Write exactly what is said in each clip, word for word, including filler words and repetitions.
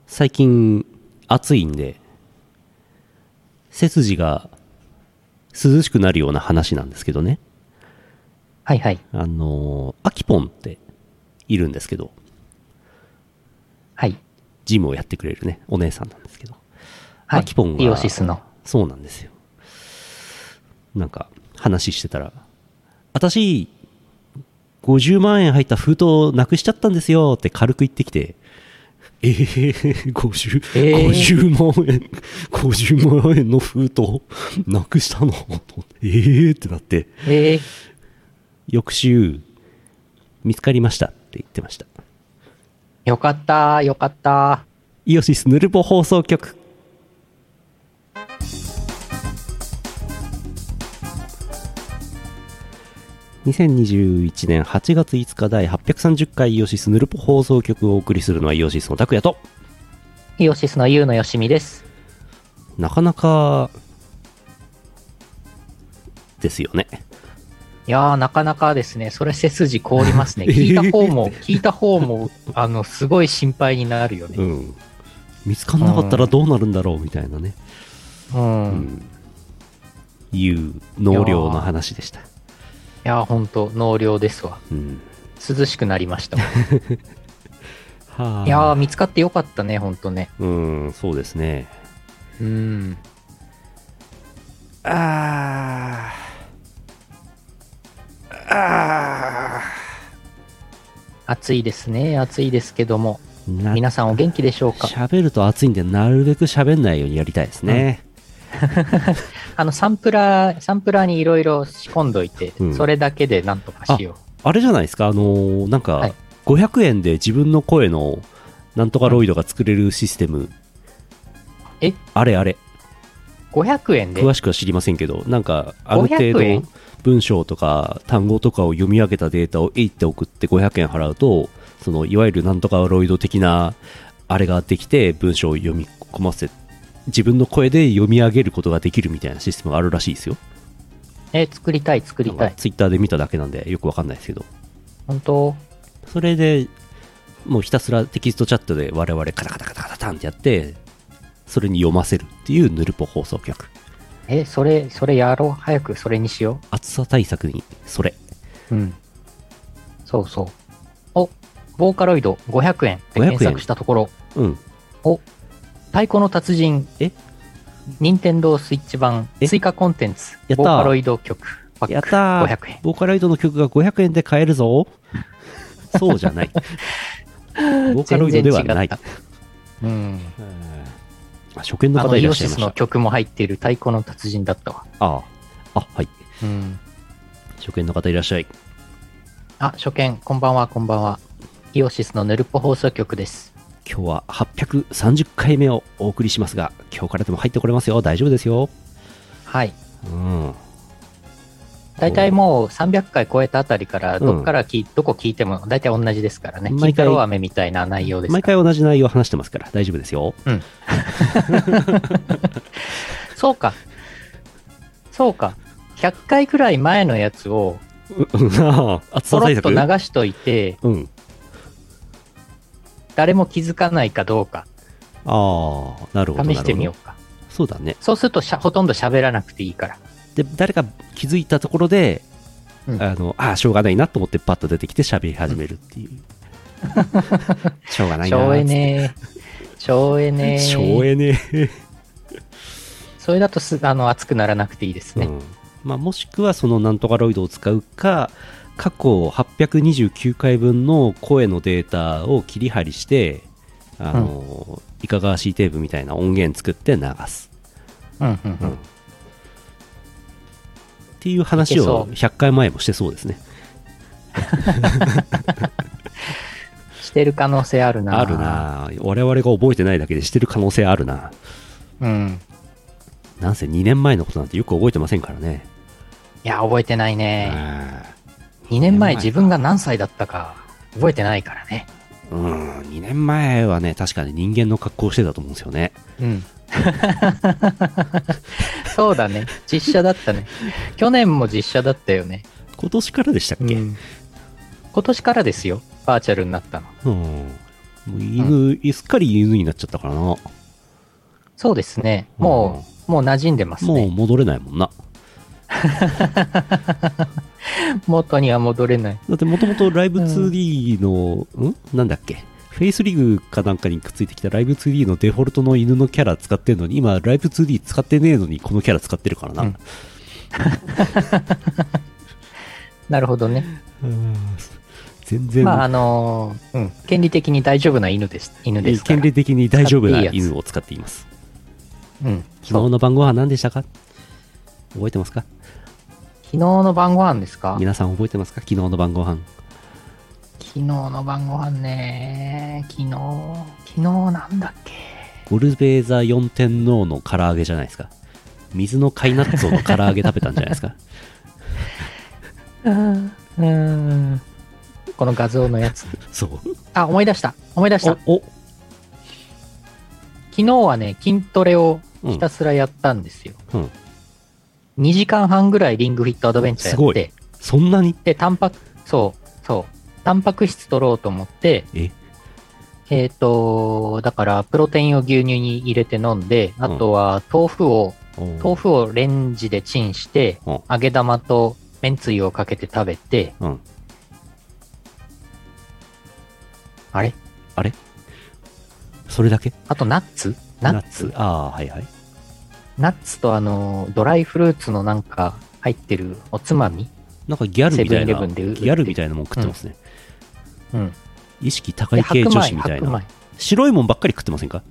最近暑いんで背筋が涼しくなるような話なんですけどね。 はいはい。 あのアキポンっているんですけど、 はい。 ジムをやってくれるねお姉さんなんですけど、 はい、 アキポンがイオシスの。 そうなんですよ。なんか話してたら、私ごじゅうまん円入った封筒なくしちゃったんですよって軽く言ってきて、えー、50、 えー、 ごじゅうまん円ごじゅうまん円の封筒なくしたのえーってなって、 えー、 翌週見つかりましたって言ってました。 よかったよかった。 イオシスヌルポ放送局。にせんにじゅういちねんはちがついつかだいはっぴゃくさんじゅっかいイオシスヌルポ放送局をお送りするのはイオシスの拓也とイオシスのユウのよしみです。 なかなかですよね。 いやー、なかなかですね。それ背筋凍りますね。聞いた方も、聞いた方も、あの、すごい心配になるよね。 うん。見つかんなかったらどうなるんだろうみたいなね。 うん。 うん、いう納涼の話でした。いやー、ほんと、納涼ですわ。うん。涼しくなりましたわ。はあ、いやー、見つかってよかったね、ほんとね。 うん、そうですね。 うん。 あー。あ暑いですね。暑いですけども皆さんお元気でしょうか。 喋ると暑いんでなるべく喋んないようにやりたいですね、 うん、あのサンプラーサンプラーにいろいろ仕込んどいて、うん、それだけでなんとかしよう。 あ, あれじゃないですか、あのー、なんか、はい、ごひゃくえんで自分の声のなんとかロイドが作れるシステム、うん、 えあれあれごひゃくえんで詳しくは知りませんけど、なんかある程度文章とか単語とかを読み上げたデータをえいって送ってごひゃくえん払うと、そのいわゆるなんとかロイド的なあれができて文章を読み込ませ、自分の声で読み上げることができるみたいなシステムがあるらしいですよ。 え作りたい作りたい。 ツイッターで見ただけなんでよくわかんないですけど、 本当それでもうひたすらテキストチャットで我々カタカタカタカタタンってやってそれに読ませるっていうヌルポ放送局。 え、それ、それやろう。早くそれにしよう。 暑さ対策に、それ。 うん。そうそう。お、ボーカロイドごひゃくえんで検索したところ。 うん。 お、太鼓の達人。 え任天堂スイッチ版追加コンテンツ。ボーカロイド曲。パックやったー。 ごひゃくえん。 ボーカロイドの曲がごひゃくえんで買えるぞ。そうじゃない。ボーカロイドではない。 うん。 初見の方いらっしゃいました。 イオシスの曲も入っている太鼓の達人だったわ。 ああ、あ、はい。 うん。 初見の方いらっしゃい。 あ、初見、こんばんは、こんばんは。イオシスのヌルポ放送局です。 今日ははっぴゃくさんじゅっかいめをお送りしますが、今日からでも入ってこれますよ。大丈夫ですよ。 はい。 うん。 大体もうさんびゃっかい超えたあたりからどっからき、うん、どこ聞いても大体同じですからね。毎回金太郎飴みたいな内容ですから。 毎回同じ内容を話してますから大丈夫ですよ。 うん。そうか。そうか。ひゃっかいくらい前のやつをポロッと流しといて、 うん、 誰も気づかないかどうか。 ああ、なるほど。 試してみようか。 そうだね。 そうするとしゃほとんど喋らなくていいから。 で誰か気づいたところで、うん、あのあしょうがないなと思ってパッと出てきて喋り始めるっていう、うん、しょうがないなーっつって、しょうえねーしょうえねーしょうえねーそれだとすあの熱くならなくていいですね、うん、 まあ、もしくはそのなんとかロイドを使うか、過去はっぴゃくにじゅうきゅうかいぶんの声のデータを切り張りしてあの、うん、いかがわしいテープみたいな音源作って流す、 うんうんうんうん、 っていう話をひゃっかいまえもしてそうですねしてる可能性あるな。 あるな。我々が覚えてないだけでしてる可能性あるな。 うん。 なんせにねんまえのことなんてよく覚えてませんからね。 いや覚えてないね。にねんまえ自分が何歳だったか覚えてないからね。 うん、にねんまえはね確かに人間の格好をしてたと思うんですよね。 うんそうだね、実写だったね。去年も実写だったよね。 今年からでしたっけ、うん、 今年からですよ、バーチャルになったの。 うん、 もう犬、うん、すっかり犬になっちゃったからな。 そうですね。もう、うん、もう馴染んでますね。 もう戻れないもんな。 元には戻れない。 だってもともとライブ ツーディー の、うん、んなんだっけ、フェイスリグかなんかにくっついてきたライブ ツーディー のデフォルトの犬のキャラ使ってるのに、今ライブ ツーディー 使ってねえのにこのキャラ使ってるからな。うん、 なるほどね。 うん全然。 まああのー、うん、権利的に大丈夫な犬です。犬ですから。 権利的に大丈夫な犬を使っています。うん。昨日の晩ご飯何でしたか？覚えてますか？ 昨日の晩ご飯ですか？ 皆さん覚えてますか？昨日の晩ご飯。 昨日の晩ご飯ね。昨日、昨日なんだっけ。 ゴルベーザ四天王の唐揚げじゃないですか。水の貝納豆の唐揚げ食べたんじゃないですか。 うーん。この画像のやつ。 そう。 あ、思い出した。思い出した。 おお昨日はね、筋トレをひたすらやったんですよ。うん。にじかんはんぐらいリングフィットアドベンチャーやって。 すごい。そんなに？ で、タンパク、そう、そう。タンパク質取ろうと思って、ええっと、だから、プロテインを牛乳に入れて飲んで、あとは豆腐を、うん、豆腐をレンジでチンして、うん、揚げ玉とめんつゆをかけて食べて、うん、あれあれそれだけ？ あとナッツナッツああ、はいはい。 ナッツとあの、ドライフルーツのなんか入ってるおつまみ？ なんかギャルみたいな、ギャルみたいなもん食ってますね。うん。うん、意識高い系女子みたいな。白いもんばっかり食ってませんか？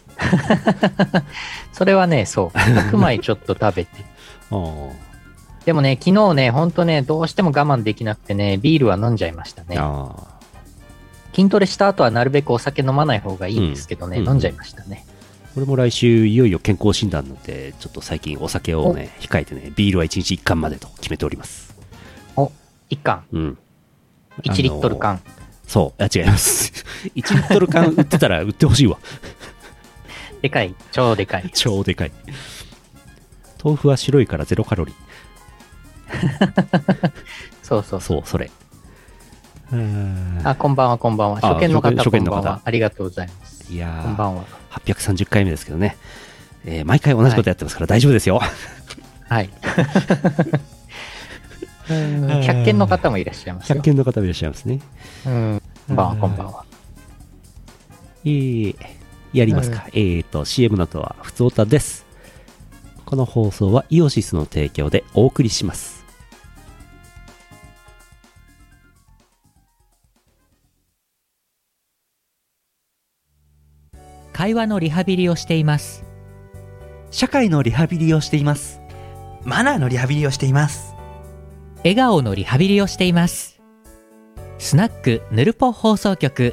それはね、そう。白米ちょっと食べて。あでもね、昨日ね、ほんとね、どうしても我慢できなくてね、ビールは飲んじゃいましたね。あ筋トレした後はなるべくお酒飲まない方がいいんですけどね、うん、飲んじゃいましたね。 これも来週いよいよ健康診断になって、ちょっと最近お酒をね、控えてね、ビールはいちにちいっかんまでと決めております。 お、いっかん。うん。いちリットル缶。 そう、あ、違います。いちリットル缶売ってたら売ってほしいわ。 でかい、超でかい。 超でかい。豆腐は白いからゼロカロリー。 そうそうそう、それ。 あ、こんばんは、こんばんは。初見の方、初見の方。ありがとうございます。 いやー、 こんばんは。 はっぴゃくさんじゅっかいめですけどね。えー、毎回同じことやってますから大丈夫ですよ。 はい。ひゃっけんの方もいらっしゃいますよ。 ひゃっけんの方もいらっしゃいますね。 うん。こんばんは、こんばんは。 えー、やりますか。えーと、シーエム の後は、ふつおたです。この放送はイオシスの提供でお送りします。 会話のリハビリをしています。 社会のリハビリをしています。マナーのリハビリをしています。 笑顔のリハビリをしています。スナックぬるぽ放送局。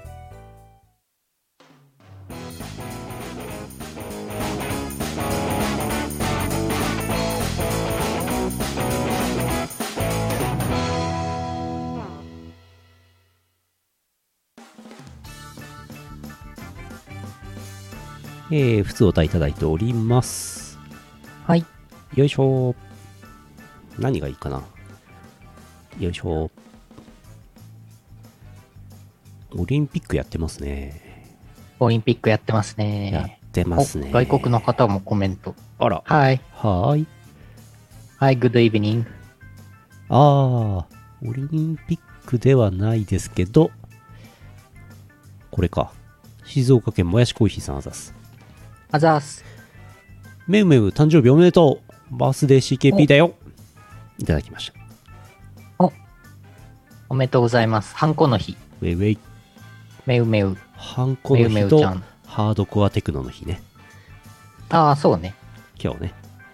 えー、普通お歌いただいております。 はい。 よいしょ。何がいいかな。よいしょ。オリンピックやってますね。 オリンピックやってますね。 やってますね。 外国の方もコメント。 あら。 はい。 はい。 はい、グッドイブニング。 ああ、オリンピックではないですけど、これか。静岡県もやしコーヒーさんあざす。 あざーす。 めうめう誕生日おめでとう。バースデー シーケーピー だよ。いただきました。 お、おめでとうございます。ハンコの日。 ウェイウェイ。 めうめう。 ハンコの日とハードコアテクノの日ね。 ああ、そうね。 今日ね。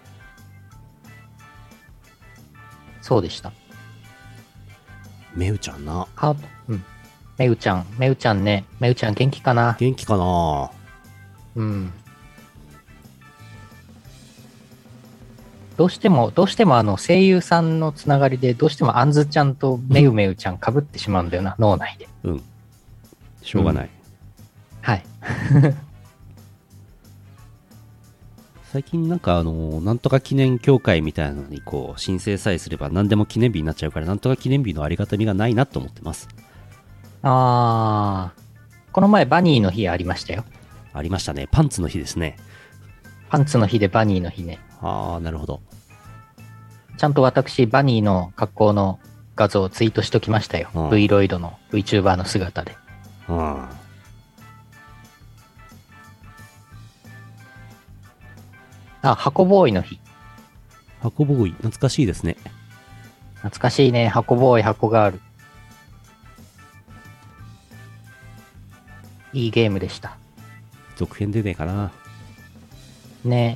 そうでした。 めうちゃんな。 ハード、うん。めうちゃん、めうちゃんね。めうちゃん元気かな？ 元気かな？ うん。どうしても、どうしてもあの声優さんのつながりで、どうしてもあんずちゃんとめうめうちゃん被ってしまうんだよな、脳内で。 うん。しょうがない。うん、 はい。 最近なんかあの、なんとか記念協会みたいなのにこう、申請さえすれば何でも記念日になっちゃうから、なんとか記念日のありがたみがないなと思ってます。 あー。 この前バニーの日ありましたよ。 ありましたね。パンツの日ですね。 パンツの日でバニーの日ね。 ああ、なるほど。 ちゃんと私、バニーの格好の画像をツイートしときましたよ。 うん、 V ロイドの VTuber の姿で。 うん。 あ、箱ボーイの日。 箱ボーイ、懐かしいですね。 懐かしいね。箱ボーイ、箱ガール。いいゲームでした。 続編出ねえかな。 ね。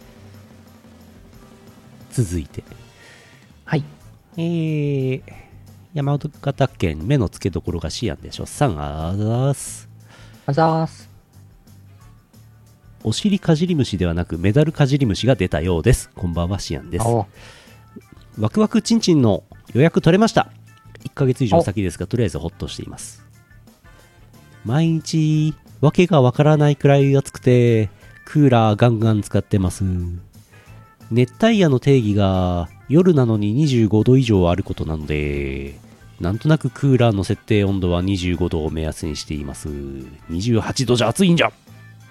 続いて。 はい。 えー、山形県目の付けどころがシアンでしょ。さんあざーす。 あざーす。 お尻かじり虫ではなくメダルかじり虫が出たようです。こんばんは、シアンです。ワクワクチンチンの予約取れました。いっかげつ以上先ですが、とりあえずホッとしています。毎日わけがわからないくらい暑くてクーラーガンガン使ってます。熱帯夜の定義が夜なのににじゅうごど以上あることなので、なんとなくクーラーの設定温度はにじゅうごどを目安にしています。にじゅうはちどじゃ暑いんじゃ。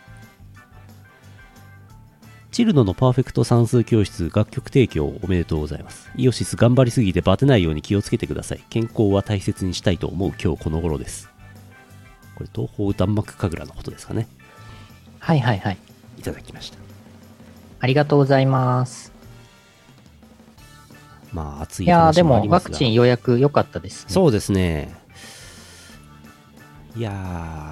チルノのパーフェクト算数教室楽曲提供おめでとうございます。イオシス頑張りすぎてバテないように気をつけてください。健康は大切にしたいと思う今日この頃です。これ東方弾幕神楽のことですかね。 はいはいはい。 いただきました。 ありがとうございます。 まあ暑いいやー話もあでもワりますが。 クチン予約良かったですね。 そうですね。いや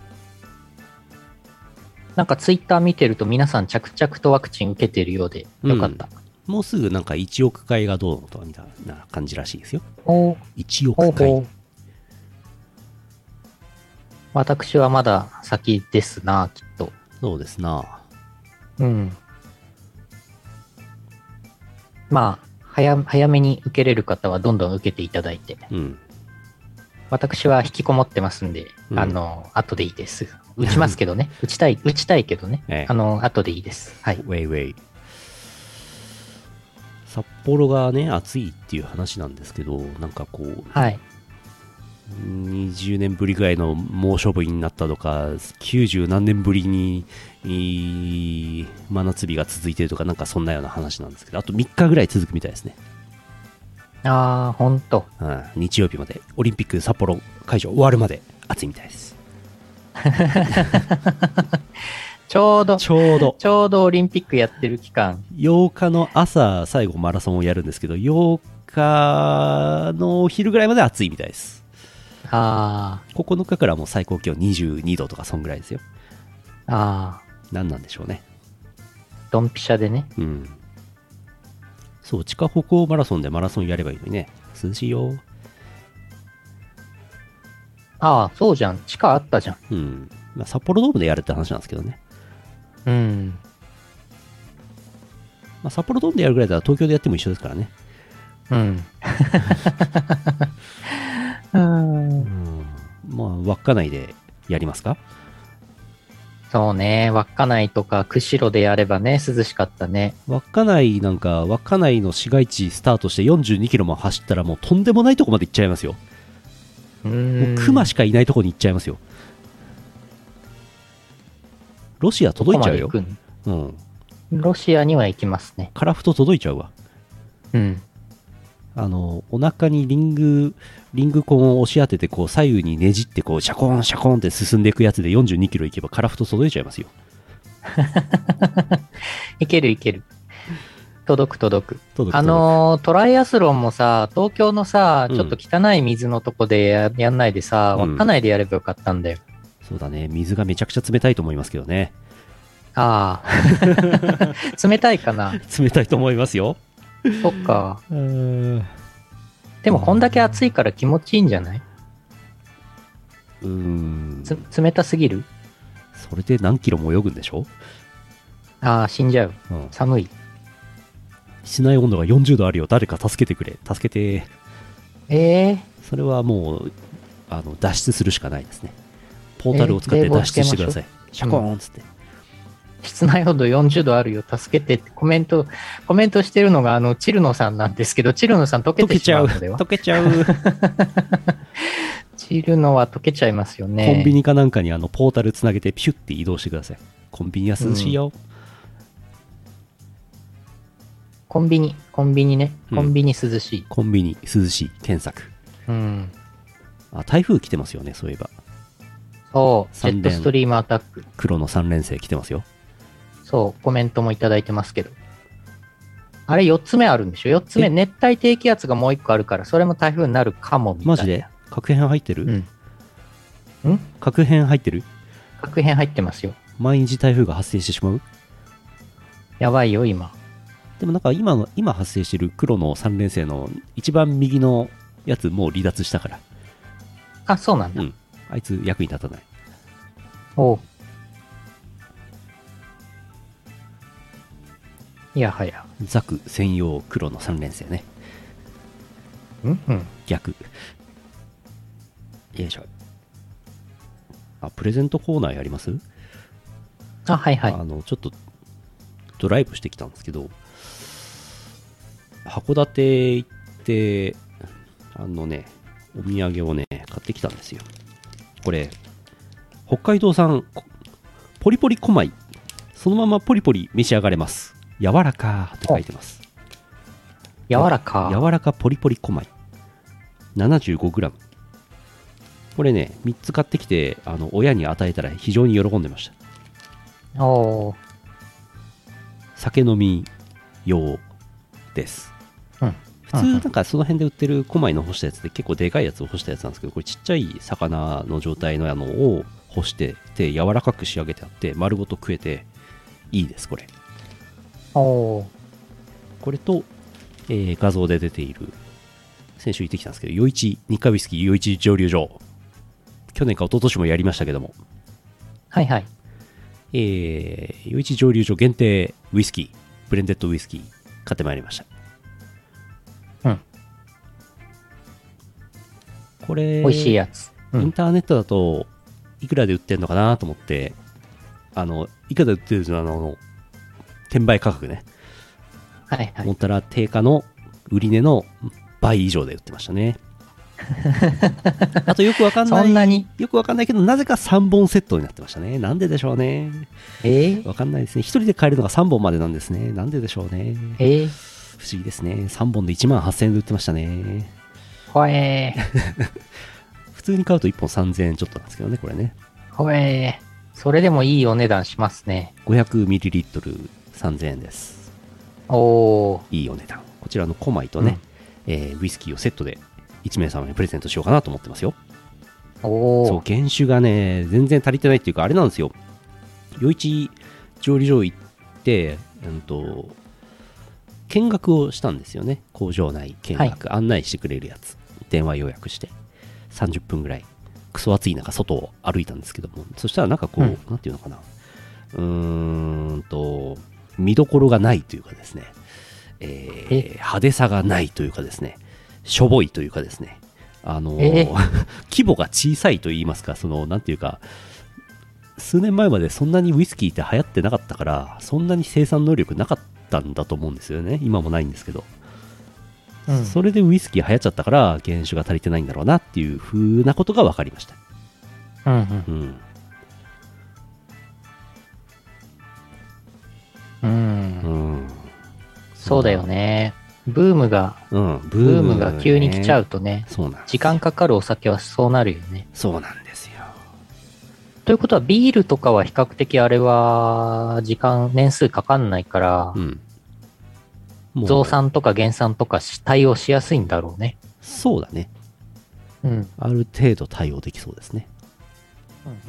なんかツイッター見てると皆さん着々とワクチン受けてるようでよかった。 ー、もうすぐなんかいちおく回がどうのとみたいな感じらしいですよ。 おいちおく回。 ほうほう。私はまだ先ですな、きっと。 そうですな。 うん。まあ、早、早めに受けれる方はどんどん受けていただいて。 うん。 私は引きこもってますんで、 うんあの、後でいいです。打ちますけどね。打ちたい、打ちたいけどね。 ええ、 あの、後でいいです。はい。 ウェイウェイ。札幌がね、暑いっていう話なんですけど、なんかこう、 はい。 にじゅうねんぶりぐらいの猛暑日になったとか、きゅうじゅうなんねんぶりにいい真夏日が続いてるとか、なんかそんなような話なんですけど、あとみっかぐらい続くみたいですね。 あー、ほんと。 うん、日曜日まで、オリンピック札幌会場終わるまで暑いみたいです。 ちょうど、 ちょうど、 ちょうどオリンピックやってる期間。 ようかの朝、最後マラソンをやるんですけど、ようかのお昼ぐらいまで暑いみたいです。 あここのかからもう最高気温にじゅうにどとかそんぐらいですよ。 ー、あー、 何なんでしょうね。 ドンピシャでね。 うん。そう、地下歩行マラソンでマラソンやればいいのにね。涼しいよ。 ああ、そうじゃん。地下あったじゃん。 うん。まあ、札幌ドームでやるって話なんですけどね。 うん。 まあ、札幌ドームでやるぐらいだったら東京でやっても一緒ですからね。 うん。うん。 うん。まあ、稚内でやりますか？ そうね。稚内とか釧路でやればね、涼しかったね。 稚内なんか、稚内の市街地スタートしてよんじゅうにキロも走ったらもうとんでもないとこまで行っちゃいますよ。 うーん。 もう熊しかいないとこに行っちゃいますよ。ロシア届いちゃうよ。 どこまで行くん？ うん。 ロシアには行きますね。 カラフト届いちゃうわ。 うん。 あの、お腹にリング、リングコンを押し当てて、こう、左右にねじって、こう、シャコーン、シャコーンって進んでいくやつでよんじゅうにキロ行けば、カラフト届いちゃいますよ。 いけるいける。届く届く。 届くあのー、トライアスロンもさ、東京のさ、 うんちょっと汚い水のとこでややんないでさ、 うん稚内でやればよかったんだよ。 そうだね。水がめちゃくちゃ冷たいと思いますけどね。 ああ。冷たいかな。 冷たいと思いますよ。 そっか。 うーん。 でもこんだけ暑いから気持ちいいんじゃない？ うーん。 つ冷たすぎる？ それで何キロも泳ぐんでしょ？ ああ、死んじゃう。 うん。 寒い。 室内温度がよんじゅうどあるよ。誰か助けてくれ。助けて。 ええそれはもう、あの、脱出するしかないですね。ポータルを使って脱出してください。シャコーンっつって。 室内温度よんじゅうどあるよ、助けてってコメント、コメントしてるのがあの、チルノさんなんですけど、チルノさん溶けて溶けちゃう。 しまうのでは？ 溶けちゃう。 散るのは溶けちゃいますよね。 コンビニかなんかにあのポータルつなげてピュッて移動してください。コンビニは涼しいよ。うん、 コンビニ、コンビニね。コンビニ涼しい。うん、 コンビニ涼しい検索。 うん。 あ、台風来てますよね、そういえば。 そう、ジェットストリームアタック。 黒のさん連星来てますよ。 そう、コメントもいただいてますけど。あれよっつめあるんでしょ？ よっ つ目、熱帯低気圧がもういっこあるから、それも台風になるかもみたいな。 マジで？核変入ってる？ うん。ん？ 核変入ってる？ 核変入ってますよ。 毎日台風が発生してしまう？ やばいよ、今。 でもなんか今の、今発生してる黒のさん連星の一番右のやつもう離脱したから。 あ、そうなんだ。 うん。あいつ役に立たない。 おう。いやはや。 ザク専用黒のさん連星ね。 うんうん。 逆。よいしょ。あ、プレゼントコーナーやります？ あ、はいはい。 あの、ちょっとドライブしてきたんですけど、函館行って、あのね、お土産をね、買ってきたんですよ。これ、北海道産ポリポリ小米。そのままポリポリ召し上がれます。柔らかって書いてます。 柔らか。 柔らかポリポリ小米。ななじゅうごグラム。これね、みっつ買ってきて、あの親に与えたら非常に喜んでました。 おー。 酒飲み用です。 うん。 普通なんかその辺で売ってる小米の干したやつで結構でかいやつを干したやつなんですけど、これちっちゃい魚の状態ののを干してて柔らかく仕上げてあって丸ごと食えていいです。これおー。 これと、えー画像で出ている先週行ってきたんですけど、余市日課ウイスキー余市蒸留所、去年か一昨年もやりましたけども、 はいはい。 えー、余市蒸留所限定ウイスキーブレンデッドウイスキー買ってまいりました。 うん。 これ美味しいやつ。 インターネットだといくらで売ってんのかなと思って、あのいくらで売ってるの、あの転売価格ね、 はいはい。 思ったら定価の売り値の倍以上で売ってましたね。あとよくわかんない、 そんなによくわかんないけど、なぜかさんぼんセットになってましたね。なんででしょうね。 えー、 わかんないですね。ひとりで買えるのがさんぼんまでなんですね。なんででしょうね。 えー、 不思議ですね。さんぼんでいちまんはっせんえんで売ってましたね。 ほえー。 普通に買うといっぽんさんぜんえんちょっとなんですけどね、これね。 ほえー。それでもいいお値段しますね。 ごひゃくミリリットルさんぜんえんです。 おー。 いいお値段。こちらの小米とね、うん、えー、ウイスキーをセットでいち名様にプレゼントしようかなと思ってますよ。 おー。 そう、原酒がね、全然足りてないっていうか、あれなんですよ。余市蒸留所行って、うんと、見学をしたんですよね。工場内見学、はい、案内してくれるやつ。電話予約して、さんじゅっぷんぐらい、クソ暑い中、外を歩いたんですけども、そしたらなんかこう、うん、なんていうのかな。うーんと、見どころがないというかですね、えー、派手さがないというかですね、しょぼいというかですね、あのー、規模が小さいと言いますか、その、なんていうか、数年前までそんなにウイスキーって流行ってなかったから、そんなに生産能力なかったんだと思うんですよね。今もないんですけど。うん、それでウイスキー流行っちゃったから、原酒が足りてないんだろうなっていう風なことが分かりました。 うんうん。うん。うん。そうだよね。ブームが、 うん、 ブームが急に来ちゃうとね、 そうなん時間かかるお酒はそうなるよね。 そうなんですよ。 ということは、ビールとかは比較的あれは、時間、年数かかんないから、うん、増産とか減産とか対応しやすいんだろうね。 そうだね。 うん。 ある程度対応できそうですね。うんうん、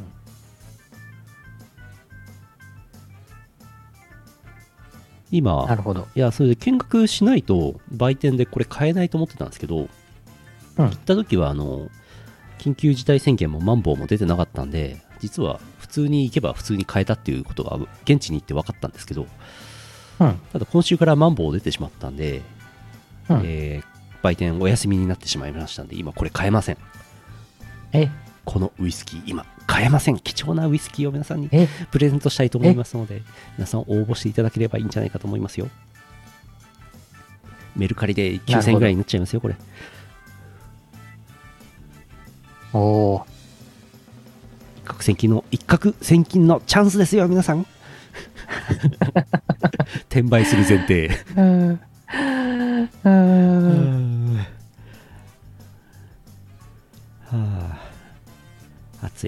今、 なるほど。 いや、それで見学しないと売店でこれ買えないと思ってたんですけど、うん、行った時はあの緊急事態宣言もマンボウも出てなかったんで、実は普通に行けば普通に買えたっていうことが現地に行って分かったんですけど、うん、ただ今週からマンボウ出てしまったんで、うん、えー、売店お休みになってしまいましたんで、今これ買えません。 えこのウイスキー今買えません。貴重なウイスキーを皆さんにプレゼントしたいと思いますので、皆さん応募していただければいいんじゃないかと思いますよ。メルカリできゅうせんえんぐらいになっちゃいますよこれ。 おー。 一攫千金の、一攫千金のチャンスですよ、皆さん。転売する前提。 うーん。うーん。 はあ、暑い。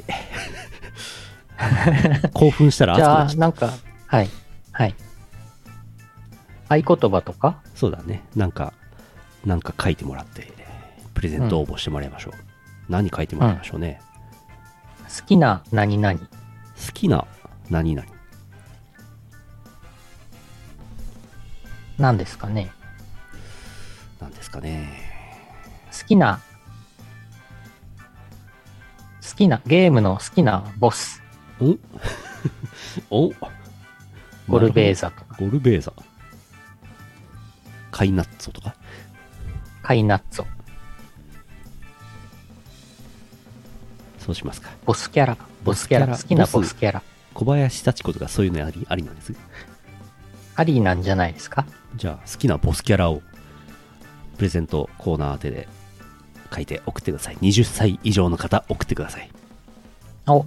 興奮したら暑じゃあ、 くなっちゃう。 なんか、はい。はい。合言葉とかそうだね。なんか、なんか書いてもらって、プレゼント応募してもらいましょう。何書いてもらいましょうね。 好きな何々。 好きな何々。 何ですかね。 なんですかね。 好きな、好きな、ゲームの好きなボス。 おおゴルベーザとか、 ゴルベーザ。カイナッツォとか。 カイナッツォ。 そうしますか。 ボスキャラ。ボスキャラ。 ボスキャラ好きなボスキャラ。 小林幸子とかそういうのありありなんです。 ありなんじゃないですか。 じゃあ好きなボスキャラをプレゼントコーナー宛てで書いて送ってください。はたち以上の方送ってください。 お、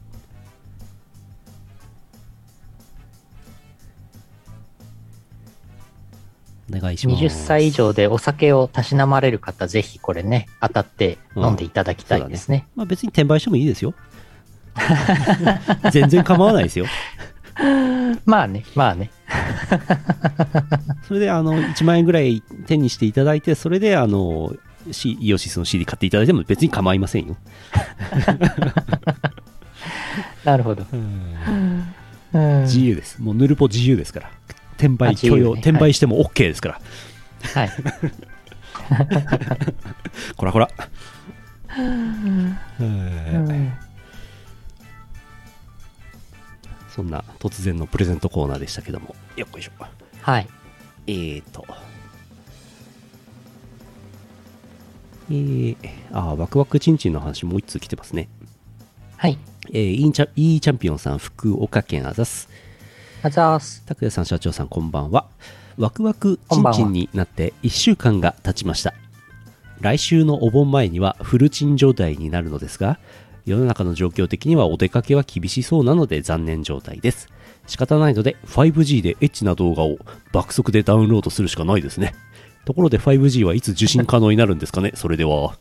お願いします。 はたち以上でお酒をたしなまれる方、ぜひこれね、当たって飲んでいただきたいですね。 まあ別に転売してもいいですよ。全然構わないですよ。 まあね、まあね。 それであのいちまん円ぐらい手にしていただいて、それであのシイオシスの シーディー 買っていただいても別に構いませんよ。 なるほど。うん自由です。もうヌルポ自由ですから。転売許容、 ね、 転売しても OK ですから。 はい。 こらこら。 うんそんな突然のプレゼントコーナーでしたけども、よっこいしょ。 はい。 えーと。えー、あー、ワクワクチンチンの話もう一通来てますね。 はい。 えー、イーチャ、イーチャンピオンさん、福岡県あざす。 あざーす。 拓也さん、社長さん、こんばんは。ワクワクチンチンになっていっしゅうかんが経ちました。来週のお盆前にはフルチン状態になるのですが、世の中の状況的にはお出かけは厳しそうなので残念状態です。仕方ないので ファイブジー でエッチな動画を爆速でダウンロードするしかないですね。ところで ファイブジー はいつ受信可能になるんですかね。それでは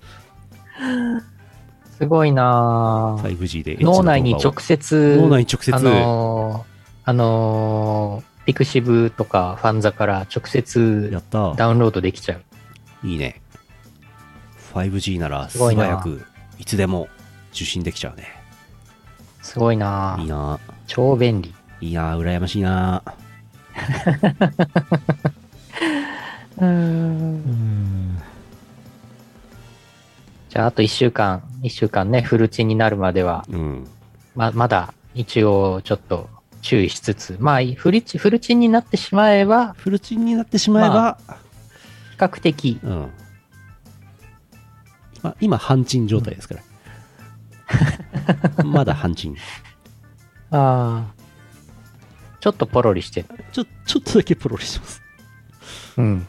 すごいなぁ。 ファイブジー でエッチな動画を脳内に直接、 脳内に直接あのー、あのー、ピクシブとかファンザから直接やったダウンロードできちゃう。 いいね。 ファイブジー なら素すごいな早くいつでも受信できちゃうね。 すごいなぁ。 いいな。 超便利。 いいな。羨ましいな。 うーん。じゃあ、あといっしゅうかん、いっしゅうかんね、フルチンになるまでは、 うん。 ま、まだ一応ちょっと注意しつつ、まあ、フルチン、フルチンになってしまえば、 フルチンになってしまえば、 比較的、 うん。まあ、今、半チン状態ですから。まだ半チン。 ああ、ちょっとポロリしてる。 ちょ、ちょっとだけポロリしてます。 うん。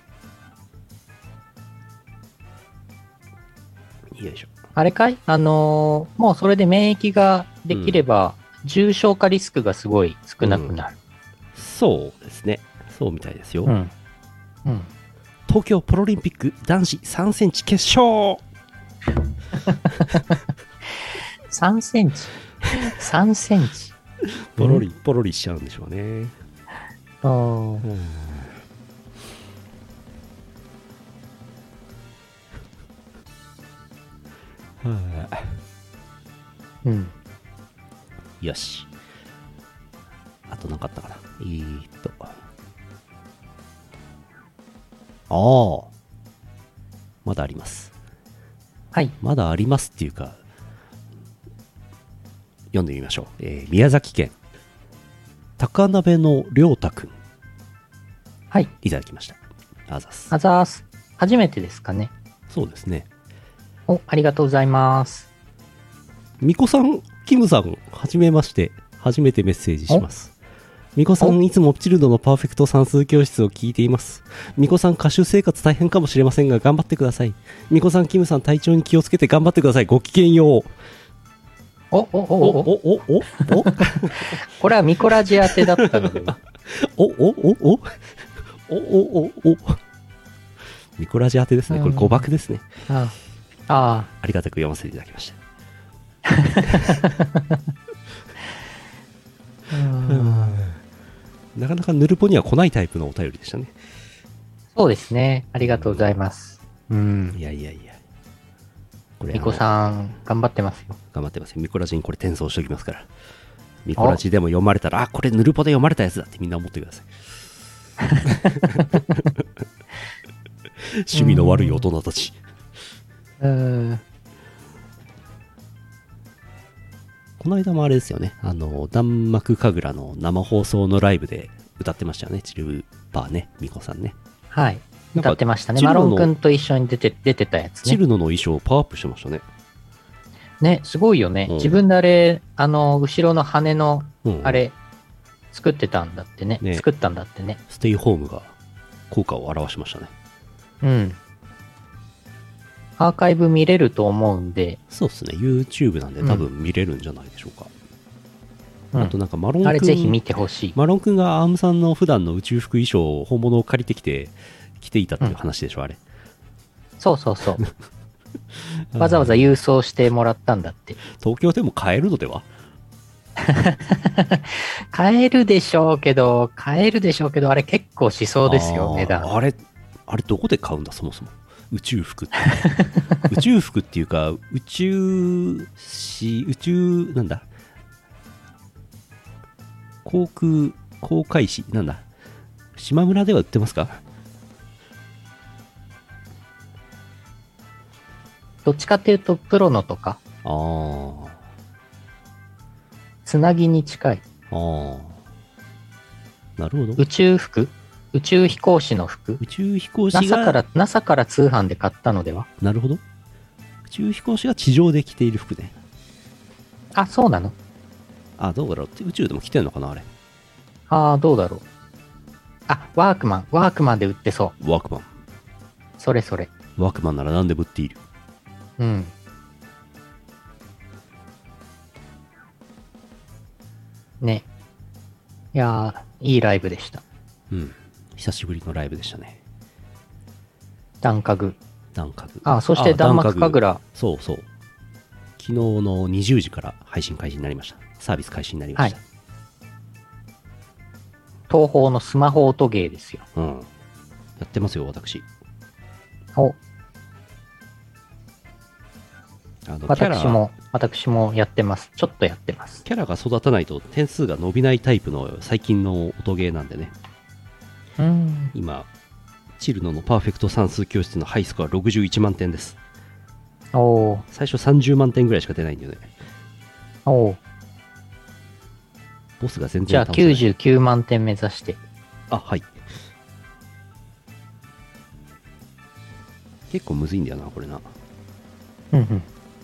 よいしょ。 あれかいあのーもうそれで免疫ができれば、重症化リスクがすごい少なくなる。 そうですね。そうみたいですよ。 うん。うん。 東京パラリンピック男子さんセンチ決勝さんセンチ。さんセンチ。 ポロリ、ポロリしちゃうんでしょうね。 あーうんはあ、 うん。 よし。あとなかったかな。えーっと。ああ。まだあります。 はい。 まだありますっていうか、読んでみましょう。えー宮崎県、高鍋のりょうたくん、 はい。 いただきました。あざす。 あざーす。初めてですかね。 そうですね。 お、ありがとうございます。 みこさん、キムさん、はじめまして。初めてメッセージします。 みこさんいつもチルドのパーフェクト算数教室を聞いています。みこさん歌手生活大変かもしれませんが頑張ってください。みこさんキムさん体調に気をつけて頑張ってください。ごきげんよう。 おおおおおおおおこれはミコラジ宛てだったのでは。 おおおおおおおおミコラジ宛てですね。これ誤爆ですね。 ああありがたく読ませていただきました。なかなかヌルポには来ないタイプのお便りでしたね。 そうですね。ありがとうございます。うん。 いやいやいや。これミコさん、頑張ってますよ。 頑張ってますよ。ミコラジにこれ転送しておきますから。ミコラジでも読まれたら、あ、これヌルポで読まれたやつだってみんな思ってください。趣味の悪い大人たち。 うーん。 この間もあれですよね。あの、弾幕神楽の生放送のライブで歌ってましたよね。チルパーね、ミコさんね。 はい。 なんか歌ってましたね。マロン君と一緒に出て、出てたやつね。 チルノの衣装パワーアップしてましたね。 ね、すごいよね。 うん自分であれ、あの、後ろの羽の、 うん、 あれ、作ってたんだってね。 ね作ったんだってね。 ステイホームが効果を表しましたね。 うん。アーカイブ見れると思うんで、 そうですね。YouTube なんで多分見れるんじゃないでしょうか。 うんあとなんかマロン君、 あれぜひ見てほしい。 マロン君がアームさんの普段の宇宙服衣装を本物を借りてきて着ていたっていう話でしょ、あれ。 そうそうそう。わざわざ郵送してもらったんだって。 東京でも買えるのでは？ 買えるでしょうけど、買えるでしょうけど、あれ結構しそうですよ、 あー値段。 あれ、あれどこで買うんだ、そもそも。宇宙服って。宇宙服っていうか、宇宙し、宇宙、なんだ。航空、航海士、なんだ。島村では売ってますか？ どっちかっていうと、プロのとか、 ああ。 つなぎに近い。 ああ。なるほど。 宇宙服宇宙飛行士の服宇宙飛行士 NASA が、 から、NASA から通販で買ったのでは？ なるほど。宇宙飛行士が地上で着ている服ね。 あ、そうなの？ あ、どうだろう。宇宙でも着てんのかな、あれ。 ああ、どうだろう。あ、ワークマン。ワークマンで売ってそワークマン。 う。それそれ。 ワークマンなら何でも売っている。 うん。ね。いやー、いいライブでした。 うん。久しぶりのライブでしたね。 ダンカグ。 ダンカグ。 あ、そして弾幕神楽。 そうそう。昨日のにじゅうじから配信開始になりました。サービス開始になりました。 はい東宝のスマホ音ゲーですよ。 うん。やってますよ、私。 お、 あのキャラ私も、私もやってます。ちょっとやってます。 キャラが育たないと点数が伸びないタイプの最近の音ゲーなんでね。 うーん。 今、チルノのパーフェクト算数教室のハイスコアろくじゅういちまんてんです。 おー、 最初さんじゅうまんてんぐらいしか出ないんだよね。 おー。 ボスが全じゃあ然倒せない。 きゅうじゅうきゅうまんてん目指して。 あ、はい。結構むずいんだよな、これな。 うんうん。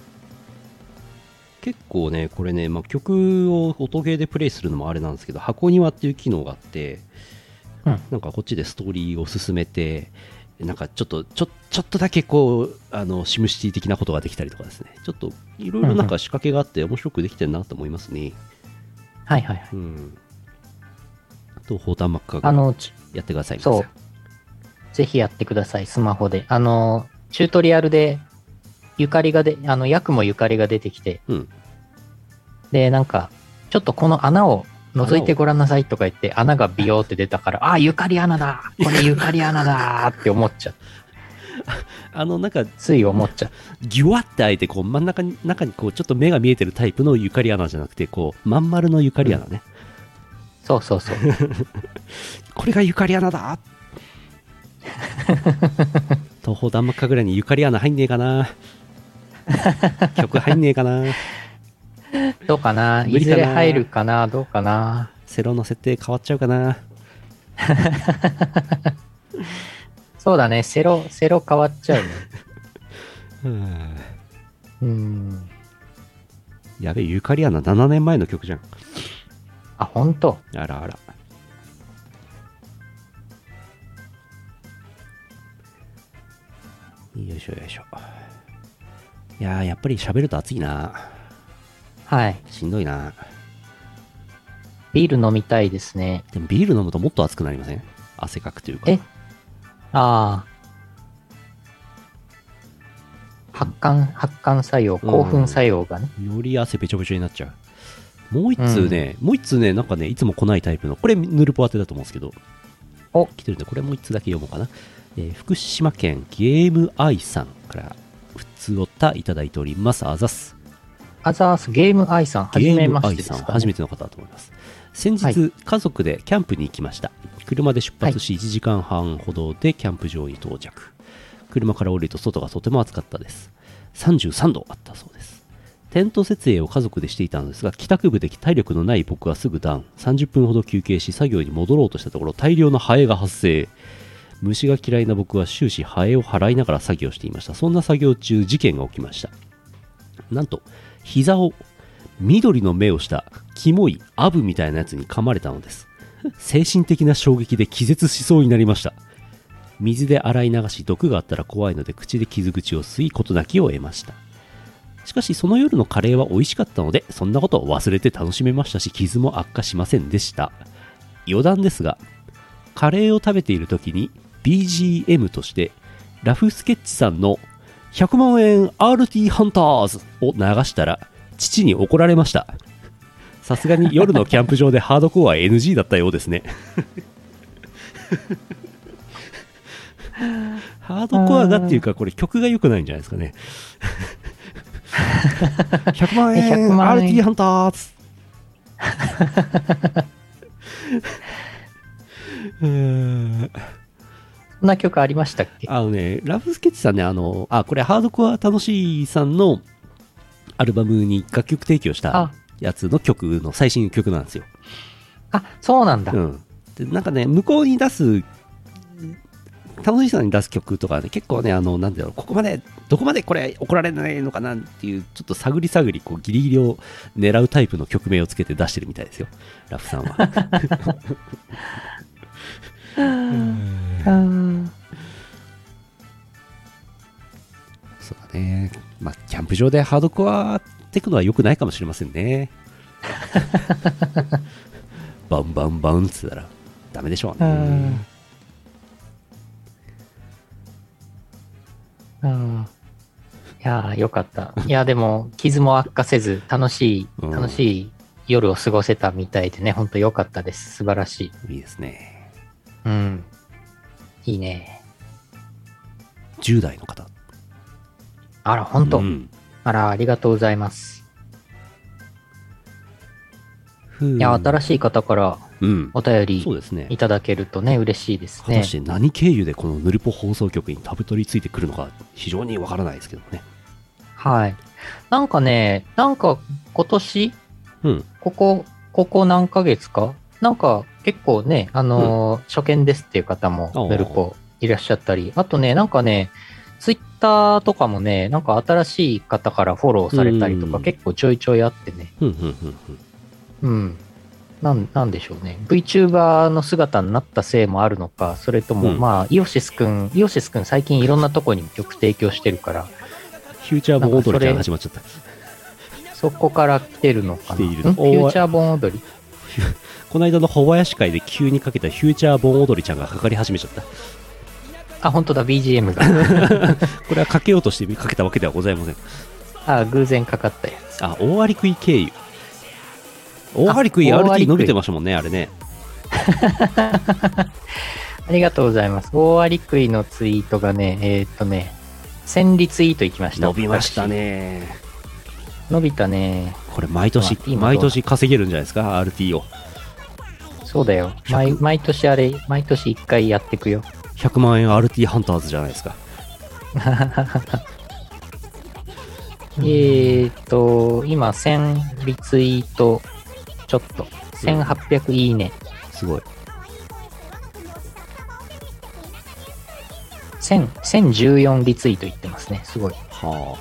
結構ね、これね、まあ、曲を音ゲーでプレイするのもあれなんですけど、箱庭っていう機能があって、 うんなんかこっちでストーリーを進めて、なんかちょっと、ちょ、ちょっとだけこう、あの、シムシティ的なことができたりとかですね、ちょっといろいろなんか仕掛けがあって面白くできてるなと思いますね。 はいはいはい。 うん。と、ホータンマッカーがあの、ちやってください。 そう。ぜひやってください、スマホで。あの、チュートリアルで、ゆかりがで、あの、ヤクもゆかりが出てきて、 うん。 で、なんか、ちょっとこの穴を覗いてごらんなさいとか言って、穴がビヨーって出たから、あ、ゆかり穴だこれゆかり穴だって思っちゃう。 あの、なんか、 つい思っちゃう。 ギュワって開いて、こう、真ん中に、中にこう、ちょっと目が見えてるタイプのゆかり穴じゃなくて、こう、まん丸のゆかり穴ね。 そうそうそう。 これがゆかり穴だ東方弾幕かぐらいにゆかり穴入んねえかな曲入んねえかなどうかな無理かないずれ入るかなどうかなセロの設定変わっちゃうかなそうだね。セロ、セロ変わっちゃうね。 うんうん。 やべえ、ゆかり穴ななねんまえの曲じゃん。 あ、ほんとあらあら。 よいしょよいしょ。いやー、やっぱり喋ると暑いな。 はい。 しんどいな。 ビール飲みたいですね。 でもビール飲むともっと暑くなりません？汗かくというか。 えああ。発汗、発汗作用、興奮作用がね。 より汗べちょべちょになっちゃう。もう一通ね、うん、もう一通ね、なんかね、いつも来ないタイプの、これヌルポ当てだと思うんですけど、お来てるんで、これもう一通だけ読もうかな。えー、福島県ゲームアイさんから普通おたいただいております。あざす。 あざす。ゲームアイさん、はじめましてですかね。 ゲームアイさん、初めての方だと思います。先日、はい、家族でキャンプに行きました。車で出発しいちじかんはんほどでキャンプ場に到着。車から降りると外がとても暑かったです。さんじゅうさんどあったそうです。テント設営を家族でしていたのですが、帰宅部で体力のない僕はすぐダウン。さんじゅっぷんほど休憩し作業に戻ろうとしたところ、大量のハエが発生。虫が嫌いな僕は終始ハエを払いながら作業していました。そんな作業中、事件が起きました。なんと膝を緑の目をしたキモいアブみたいなやつに噛まれたのです。精神的な衝撃で気絶しそうになりました。水で洗い流し、毒があったら怖いので口で傷口を吸い事なきを得ました。しかしその夜のカレーは美味しかったので、そんなことを忘れて楽しめましたし、傷も悪化しませんでした。余談ですが、カレーを食べている時に ビージーエム としてラフスケッチさんのひゃくまんえん アールティー ハンターズを流したら父に怒られました。さすがに夜のキャンプ場でハードコア エヌジー だったようですね。ハードコアがっていうか、これ曲が良くないんじゃないですかね。ひゃくまんえん アールティー ハンターズ。うーん、 そんな曲ありましたっけ？ あのね、ラフスケッチさんね、あの、あ、これハードコア楽しいさんのアルバムに楽曲提供したやつの曲の最新曲なんですよ。 あ、そうなんだ。 うん。で、なんかね、向こうに出す、楽しさに出す曲とかね、結構ね、あの、なんだろう、ここまで、どこまでこれ怒られないのかなっていう、ちょっと探り探り、こう、ギリギリを狙うタイプの曲名をつけて出してるみたいですよ、ラフさんは。うんそうだね。まあ、キャンプ場でハードコアテクノは良くないかもしれませんね。バンバンバンって言ったらダメでしょうね。 うん、いやーよかった。いやでも傷も悪化せず楽しい楽しい夜を過ごせたみたいでね、本当良かったです。素晴らしい。いいですね。 うん。いいね。 じゅう代の方。 あら本当、うん、あらありがとうございます。いや新しい方からお便りいただけるとね、うん、嬉しいですね。 果たして何経由でこのヌルポ放送局にたどり着いてくるのか非常にわからないですけどね。 はい。なんかね、なんか今年、 うん、 ここここ何ヶ月かなんか結構ね、あのーうん、初見ですっていう方もヌルポいらっしゃったり、あとね、なんかね、ツイッターとかもね、なんか新しい方からフォローされたりとか結構ちょいちょいあってね。 うんうんうんうんうん、なん、なんでしょうね。VTuber の姿になったせいもあるのか、それとも、うん、まあ、イオシスくん、イオシスくん最近いろんなとこに曲提供してるから、 フューチャーボン踊りから始まっちゃった。 そこから来てるのかな。 来ているフューチャーボン踊りこの間の小林会で急にかけたフューチャーボン踊りちゃんがかかり始めちゃった。 あ、本当だ、ビージーエム が。 これはかけようとしてかけたわけではございません。 あ、偶然かかったやつ。 あ、大割食い経由。大張り食い アールティー 伸びてましたもんね、あれね。 ありがとうございます。大張り食いのツイートがね、えー、っとね、せんリツイートいきました。 伸びましたね。 伸びたね。 これ毎年、毎年稼げるんじゃないですか、アールティー を。 そうだよ。毎, 毎年あれ、毎年いっかいやっていくよ。 ひゃくまんえん アールティー ハンターズじゃないですか。 えーっと、今せんリツイートちょっと。せんはっぴゃくいいね。 すごい。 せん、せんじゅうよんリツイートいってますね。すごい。 は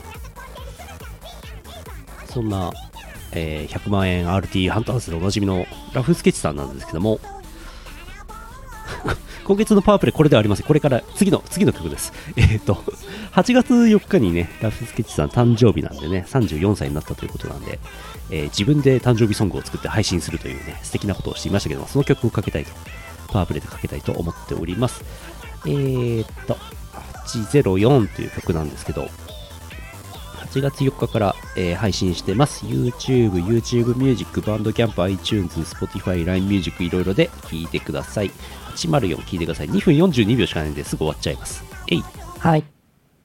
あ。そんな、えー、ひゃくまんえん アールティー ハンターズでおなじみのラフスケッチさんなんですけども、 今月のパワープレイこれではありません。これから次の次の曲です。えっとはちがつよっかにね、ラフスケッチさん誕生日なんでね、さんじゅうよんさいになったということなんで、えー、自分で誕生日ソングを作って配信するというね、素敵なことをしていましたけども、その曲をかけたいと、パワープレイでかけたいと思っております。えーっとはちぜろよんという曲なんですけど、はちがつよっかから、えー配信してます。YouTube、YouTube ミュージック、バンドキャンプ、iTunes、Spotify、ライン ミュージックいろいろで聴いてください。はちまるよん聴いてください。にふんよんじゅうにびょうしかないんですぐ終わっちゃいます。えい。 はい。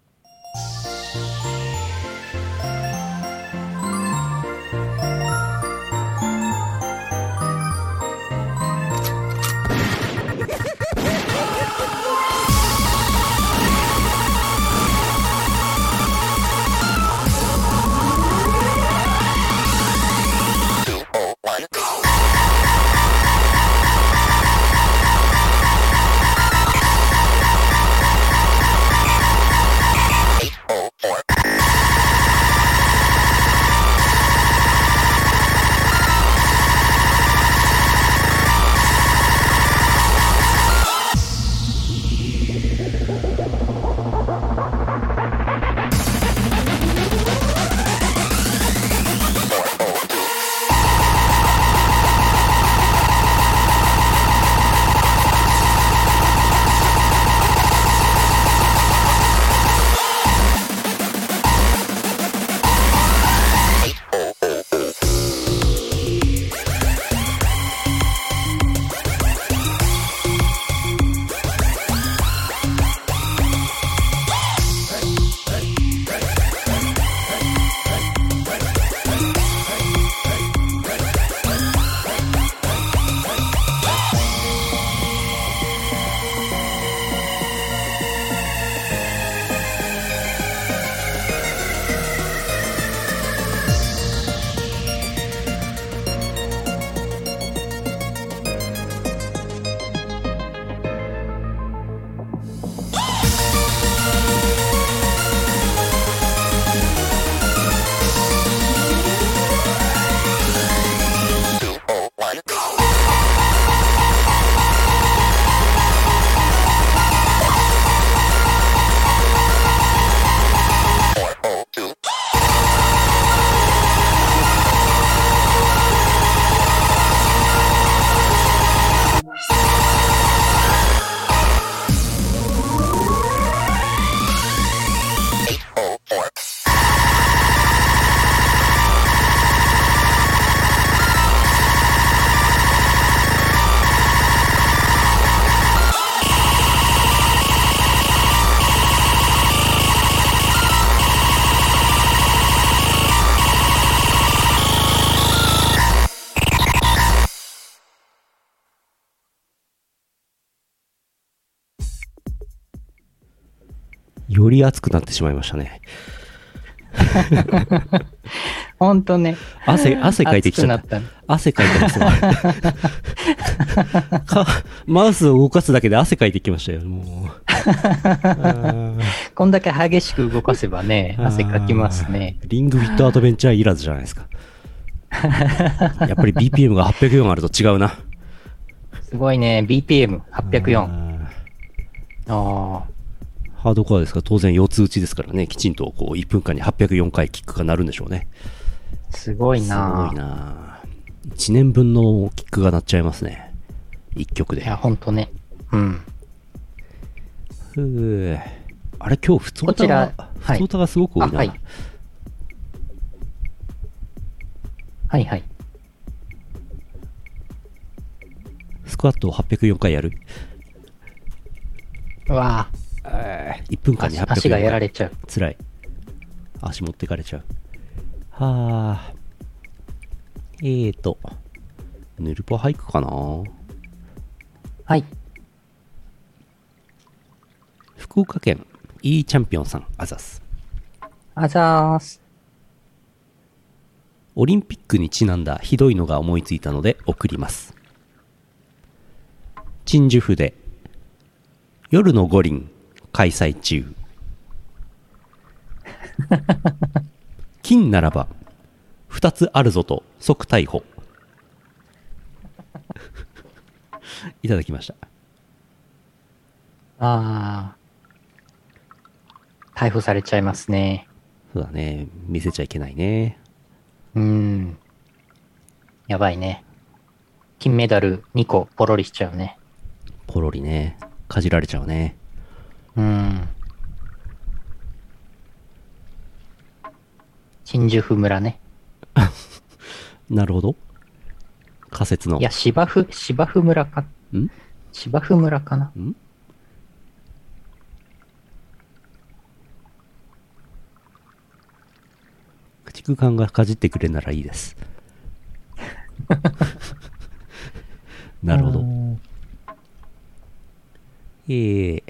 より熱くなってしまいましたね。 ほんとね。 汗、汗かいてきちゃった。 熱くなったね。 汗かいてますよかマウスを動かすだけで汗かいてきましたよ、もう。 こんだけ激しく動かせばね、汗かきますね。 リングフィットアドベンチャーいらずじゃないですか。やっぱり ビーピーエム がはっぴゃくよんあると違うな。 すごいね、ビーピーエムはっぴゃくよん。ああ。 ハードコアですから当然四つ打ちですからね、きちんとこういっぷんかんにはっぴゃくよんかいキックが鳴るんでしょうね。 すごいな。 すごいな。いちねんぶんのキックが鳴っちゃいますね。いっきょくで。 いや、ほんとね。うん。 ふぅ。あれ今日普通歌が、普通歌がすごく多いな。 はい。はいはい。 スクワットをはっぴゃくよんかいやる。 うわぁ。 いっぷんかんにはっぴゃくよんかい。 足がやられちゃう。 辛い。足持ってかれちゃう。はぁ。えーと。ヌルポ俳句かな。 はい。 福岡県 E チャンピオンさん、あざす。 あざーす。 オリンピックにちなんだひどいのが思いついたので送ります。鎮守府で夜の五輪開催中。金ならば二つあるぞと即逮捕。いただきました。 ああ。逮捕されちゃいますね。 そうだね。見せちゃいけないね。 うーん。やばいね。金メダルにこポロリしちゃうね。 ポロリね。かじられちゃうね。 うーん。新宿村ね。 なるほど。仮説の。 いや、芝生、芝生村か。 ん芝生村かな。 ん駆逐艦がかじってくれならいいです。なるほど。えー、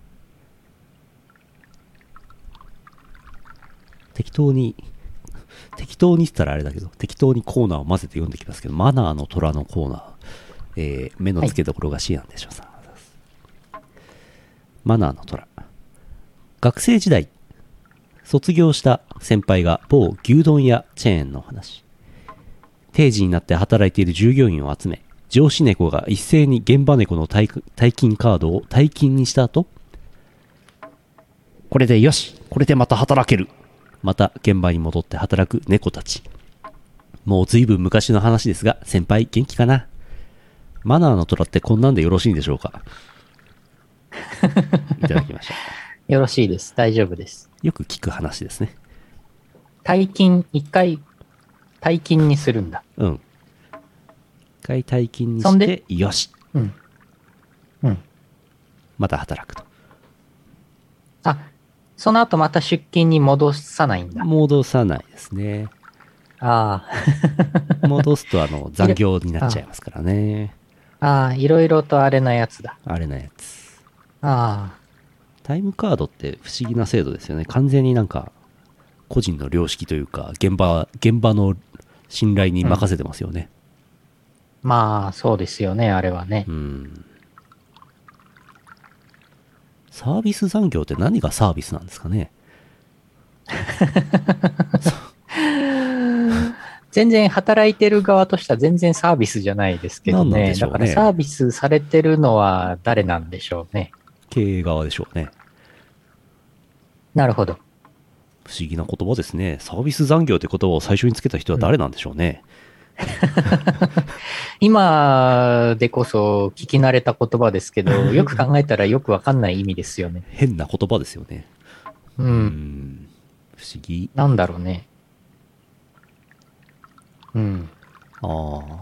適当に、適当にって言ったらあれだけど、適当にコーナーを混ぜて読んできますけど、マナーの虎のコーナー、えー、目の付けどころが C なんでしょうさ、はい。マナーの虎。学生時代、卒業した先輩が某牛丼屋チェーンの話。定時になって働いている従業員を集め、上司猫が一斉に現場猫の退勤カードを退勤にした後、これでよし、これでまた働ける。また現場に戻って働く猫たち。もう随分昔の話ですが、先輩元気かな。マナーの虎ってこんなんでよろしいんでしょうか。いただきました。 よろしいです。大丈夫です。 よく聞く話ですね。 退勤、一回、退勤にするんだ。 うん。一回退勤にして、よし。 うん。うん。 また働くと。 あ、その後また出勤に戻さないんだ。 戻さないですね。 ああ。戻すと、あの、残業になっちゃいますからね。 ああ、いろいろとあれなやつだ。 あれなやつ。 ああ。 タイムカードって不思議な制度ですよね。完全になんか、個人の良識というか、現場、現場の信頼に任せてますよね。 うん、まあ、そうですよね、あれはね。 うん。サービス残業って何がサービスなんですかね。 全然働いてる側としては全然サービスじゃないですけどね。 何なんでしょうね。 だからサービスされてるのは誰なんでしょうね。 経営側でしょうね。 なるほど。 不思議な言葉ですね。サービス残業って言葉を最初につけた人は誰なんでしょうね。うん、 今でこそ聞き慣れた言葉ですけど、よく考えたらよくわかんない意味ですよね。 変な言葉ですよね。 うん。 うん不思議。 なんだろうね。うん。 ああ。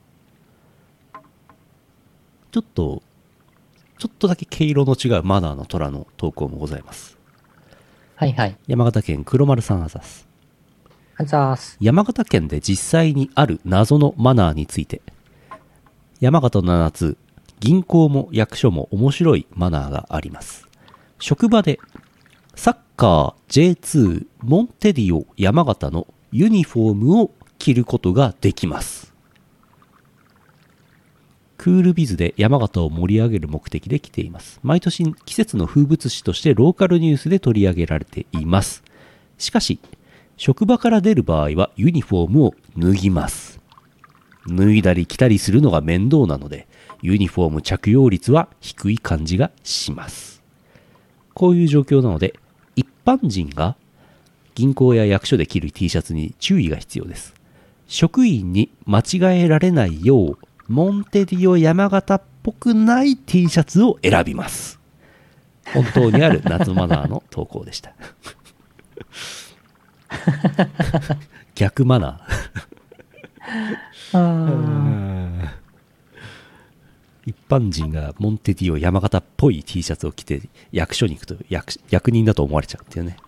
ちょっと、ちょっとだけ毛色の違うマナーの虎の投稿もございます。 はいはい。 山形県黒丸さんあざす。 あざーす。 山形県で実際にある謎のマナーについて。山形のななつ、銀行も役所も面白いマナーがあります。職場でサッカー ジェイツー モンテディオ山形のユニフォームを着ることができます。クールビズで山形を盛り上げる目的で着ています。毎年季節の風物詩としてローカルニュースで取り上げられています。しかし、職場から出る場合はユニフォームを脱ぎます。脱いだり着たりするのが面倒なので、ユニフォーム着用率は低い感じがします。こういう状況なので、一般人が銀行や役所で着る T シャツに注意が必要です。職員に間違えられないよう、モンテディオ山形っぽくない T シャツを選びます。本当にある夏マナーの投稿でした。逆マナー。一般人がモンテディオ山形っぽい T シャツを着て役所に行くと 役, 役人だと思われちゃうっていうね。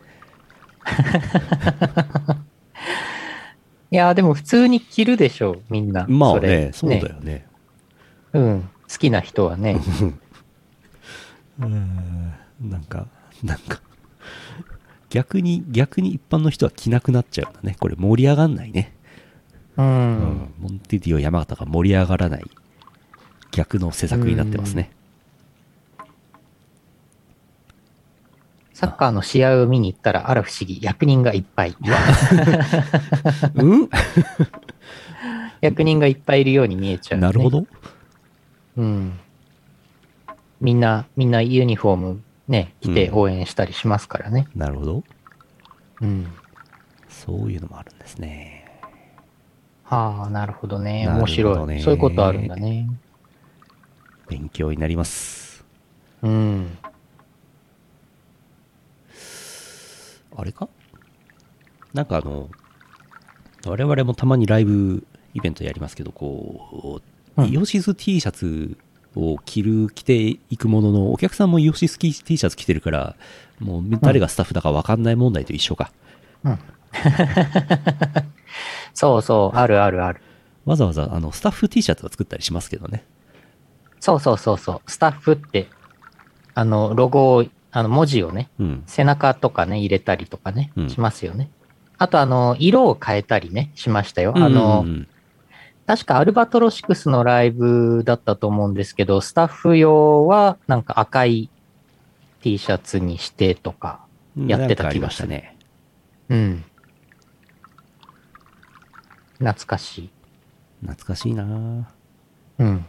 いやーでも普通に着るでしょう、みんな。 まあね、そ, ねそうだよね。 うん、好きな人はね。 うんなんか、なんか、逆に、逆に一般の人は着なくなっちゃうんだね。これ盛り上がんないね。 うん。うんモンテディオ山形が盛り上がらない逆の施策になってますね。 サッカーの試合を見に行ったらあら不思議、役人がいっぱい。 うん役人がいっぱいいるように見えちゃう、ね。 なるほど。 うん。 みんな、みんなユニフォームね、着て応援したりしますからね。 なるほど。 うん。 そういうのもあるんですね。 はあ、なるほどね。 なるほどね面白い。そういうことあるんだね。 勉強になります。 うん。 あれかなんかあの、我々もたまにライブイベントやりますけど、こう、 うんイオシス T シャツを着る、着ていくものの、お客さんもイオシス T シャツ着てるから、もう誰がスタッフだか分かんない問題と一緒か。 うん。そうそう、あるあるある。 わざわざあのスタッフ T シャツを作ったりしますけどね。 そうそうそうそう。スタッフって、あの、ロゴを、あの、文字をね、 うん。 背中とかね、入れたりとかね、 うんしますよね。あと、あの、色を変えたりね、しましたよ。あうんの、 うんうん確かアルバトロシクスのライブだったと思うんですけど、スタッフ用はなんか赤い T シャツにしてとかうんやってたなんかあり気がする。 ましたね。 うん。懐かしい。 懐かしいなぁ。 うん。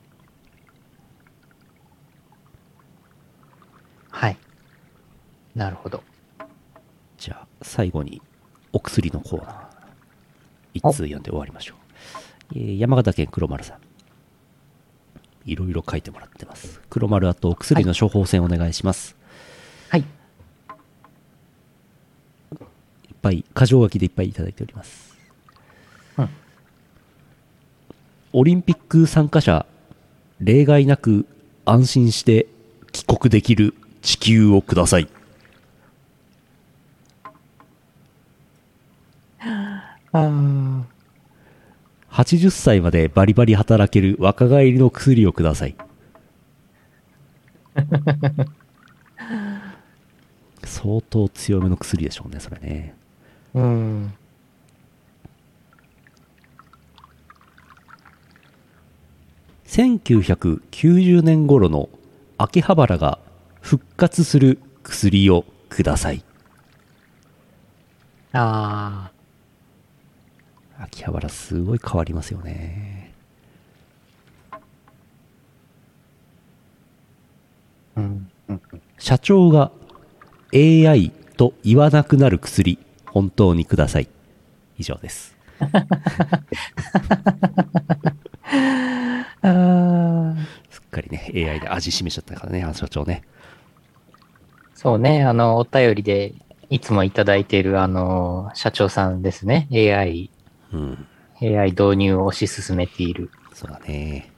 はい。なるほど。 じゃあ、最後に、お薬のコーナー。一通読んで終わりましょう。えー山形県黒丸さん。いろいろ書いてもらってます。黒丸あとお薬の処方箋お願いします。 はい。 い、っぱい、箇条書きでいっぱいいただいております。 うん。 オリンピック参加者、例外なく安心して帰国できる地球をください。 あーはちじゅっさいまでバリバリ働ける若返りの薬をください。相当強めの薬でしょうね、それね。 うん。 せんきゅうひゃくきゅうじゅうねん頃の秋葉原が復活する薬をください。 あ秋葉原すごい変わりますよね。 ーうん。うん。 社長が エーアイ と言わなくなる薬、本当にください。以上です。 あーすっかりね、エーアイ で味しめちゃったからね、あの社長ね。 そうね、あの、お便りでいつもいただいている、あの、社長さんですね。エーアイ、 うん。 エーアイ 導入を推し進めている。 そうだね。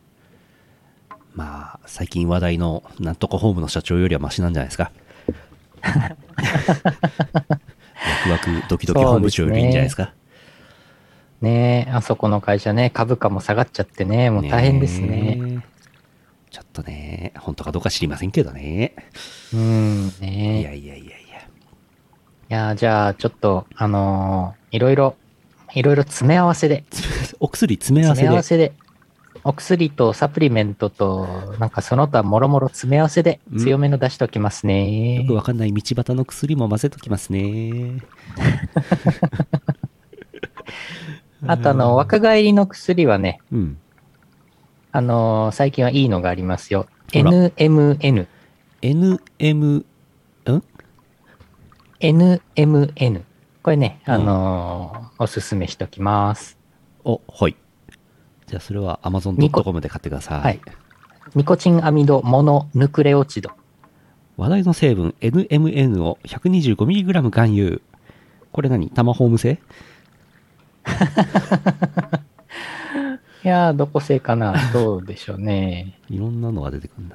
まあ、最近話題のなんとかホームの社長よりはマシなんじゃないですか。ワクワクドキドキ本部長よりいいんじゃないですか。 ねえ、あそこの会社ね、株価も下がっちゃってね、もう大変ですね。 ねえちょっとね、本当かどうか知りませんけどね。 うん、 いねえ。 やいやいやいや。 いや、じゃあ、ちょっと、あのーいろいろ、いろいろ詰め合わせで、 お薬詰め合わせで詰め合わ。せで、お薬とサプリメントと、なんかその他もろもろ詰め合わせで強めの出しときますね。 よくわかんない道端の薬も混ぜときますね。 あとあの、若返りの薬はね、 うん。 あのー最近はいいのがありますよ。 ほらエヌエムエヌ。 エヌエム、んエヌエムエヌ。これね、あのーおすすめしときます。 お、はい。じゃあそれは アマゾンドットコム で買ってください。 はい。ニコチンアミドモノヌクレオチド。 話題の成分 エヌエムエヌ を ひゃくにじゅうごミリグラム 含有。これ何タマホーム製いやー、どこ製かなどうでしょうね。 いろんなのが出てくるんだ。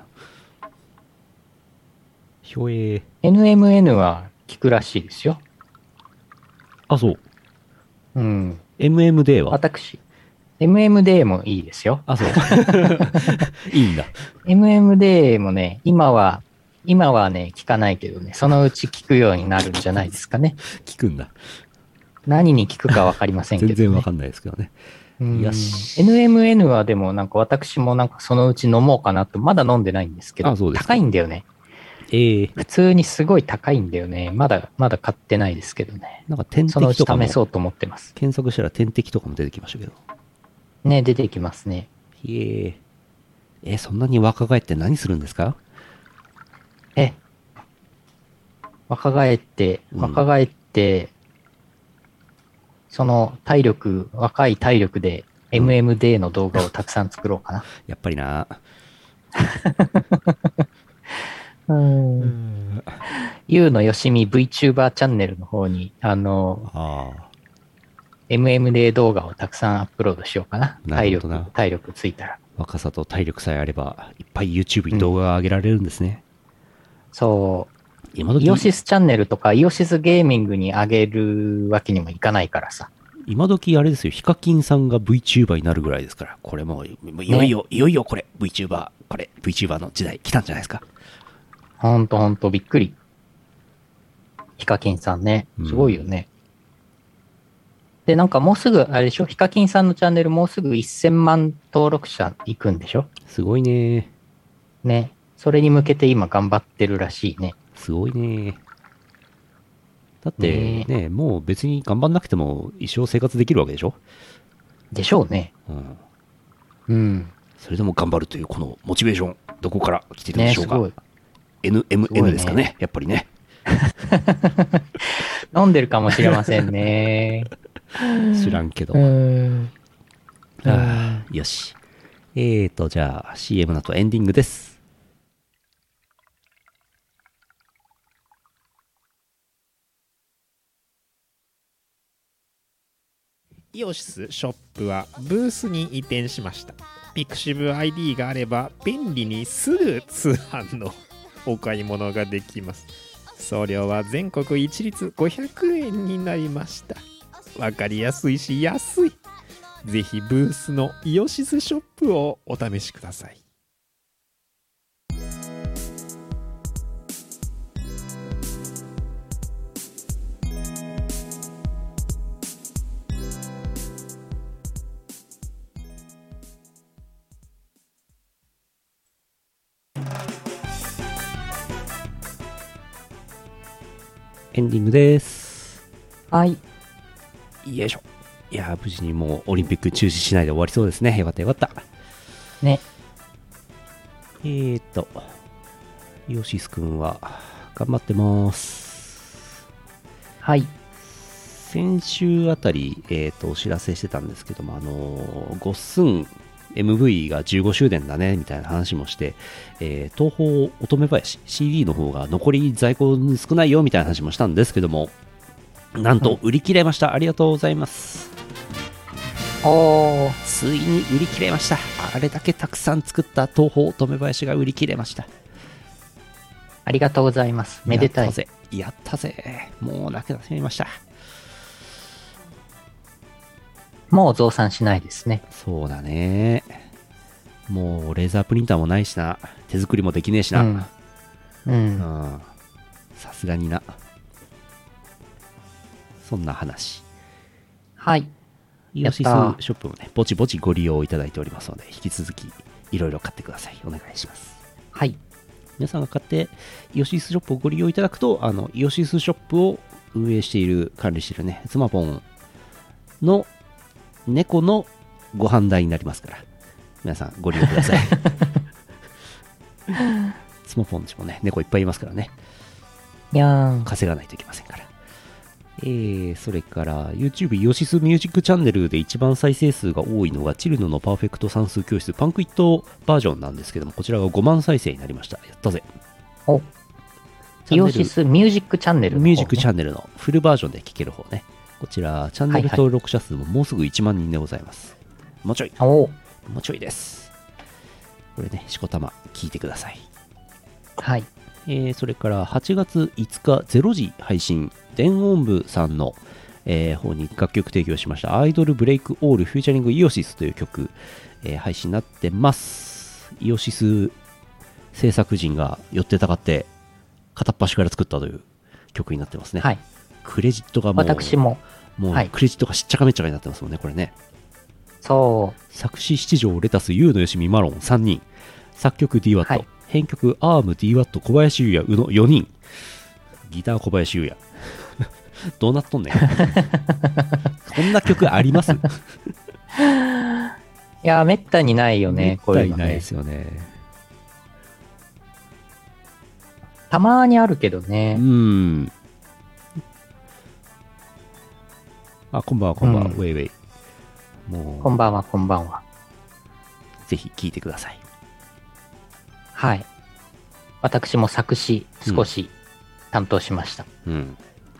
ひょえー。 エヌエムエヌ は効くらしいですよ。 あ、そう。 うん。 エムエムディー は私、エムエムディー もいいですよ。 あ、そう。いいんだ。 エムエムディー もね、今は、今はね、効かないけどね、そのうち効くようになるんじゃないですかね。 聞くんだ。 何に効くかわかりませんけど、ね。 全然わかんないですけどね。 うんよしエヌエムエヌ はでもなんか私もなんかそのうち飲もうかなと、まだ飲んでないんですけど、 あそうですか高いんだよね。 えー、 普通にすごい高いんだよね。まだ、まだ買ってないですけどね。 なんか点そのうち滴とかも試そうと思ってます。 検索したら点滴とかも出てきましたけど。 ね、出てきますね。 ひええ、そんなに若返って何するんですか？ え、若返って、若返って、うん、その体力、若い体力で エムエムディー の動画をたくさん作ろうかな。 やっぱりな。 うん。ゆうのよしみ VTuber チャンネルの方に、あの、あ エムエムディー 動画をたくさんアップロードしようかな。体力、体力ついたら。 若さと体力さえあれば、いっぱい YouTube に動画が上げられるんですね。 うん、そう。今時イオシスチャンネルとかイオシスゲーミングに上げるわけにもいかないからさ。 今時あれですよ、ヒカキンさんが VTuber になるぐらいですから、これもう、いよいよ、ね、いよいよこれ、VTuber、これ、VTuber の時代来たんじゃないですか。 ほんとほんとびっくり。ヒカキンさんね、すごいよね。うん、で、なんかもうすぐ、あれでしょ、ヒカキンさんのチャンネルもうすぐせんまん登録者いくんでしょ？ すごいね。 ね。それに向けて今頑張ってるらしいね。 すごいね。だってね、ね、もう別に頑張んなくても一生生活できるわけでしょ？ でしょうね。うん。うん。 それでも頑張るというこのモチベーション、どこから来てるんでしょうか？ ね、すごい。 エヌエムエヌ ですかね、ねやっぱりね。 飲んでるかもしれませんね。 知らんけど。うんあよし。えーと、じゃあ シーエム の後エンディングです。 イオシスショップはブースに移転しました。ピクシブ アイディー があれば便利にすぐ通販のお買い物ができます。送料は全国一律ごひゃくえんになりました。わかりやすいし安い。ぜひブースのイオシスショップをお試しください。 エンディングです。 はい。 よいしょ。いやー、無事にもうオリンピック中止しないで終わりそうですね。よかったよかった。 ね。 えーと、ヨシスくんは頑張ってます。 はい。 先週あたり、えーと、お知らせしてたんですけども、あのー、ゴッスン エムブイ がじゅうごしゅうねんだねみたいな話もして、えー、東宝乙女林 シーディー の方が残り在庫少ないよみたいな話もしたんですけども、なんと売り切れました、うん、ありがとうございます。 おー、 ついに売り切れました。あれだけたくさん作った東宝乙女林が売り切れました。 ありがとうございます。めでたい。 やったぜやったぜもうなくなってみました。 もう増産しないですね。 そうだね。もうレーザープリンターもないしな、手作りもできねえしな。うんうん、 さすがにな。そんな話。 はい。 イオシスショップもね、ぼちぼちご利用いただいておりますので、引き続きいろいろ買ってください。お願いします。 はい。 皆さんが買ってイオシスショップをご利用いただくと、あのイオシスショップを運営している、管理しているね、スマポンの猫のご飯代になりますから、皆さんご利用ください。スマポンちもね、猫いっぱいいますからね。 いやー、 稼がないといけませんから。えー、それから YouTube イオシスミュージックチャンネルで一番再生数が多いのがチルノのパーフェクト算数教室パンクイットバージョンなんですけども、こちらがごまん再生になりました。やったぜ。 お、イオシスミュージックチャンネルの方、ね、 ミュージックチャンネルのフルバージョンで聴ける方ね。こちらチャンネル登録者数ももうすぐいちまんにんでございます。はいはい、もうちょい。 おもうちょいです。これね、しこたま聞いてください。 はい。 えー、それからはちがついつかれいじ配信、電音部さんの、えー、方に楽曲提供しましたアイドルブレイクオールフューチャリングイオシスという曲、えー、配信になってます。イオシス制作陣が寄ってたかって片っ端から作ったという曲になってますね。 はい。 クレジットがもう私ももう、はい、クレジットがしっちゃかめっちゃかになってますもんね、これね。 そう。 作詞七条レタスユウのよしみマロンさんにん、作曲 ディーワット、はい、編曲アーム ディーワット 小林優也宇野よにん、ギター小林優也どうなっとんねんこんな曲あります？ いやー、めったにないよね、こういうのね絶対ないで。すよね。 たまーにあるけどうね。 ん。あ、こんばんは、こんばんは、 うんウェイウェイ。もう、 こんばんは、こんばんは。 ぜひ聞いてください。 はい。私も作詞少し担当しました。 うん。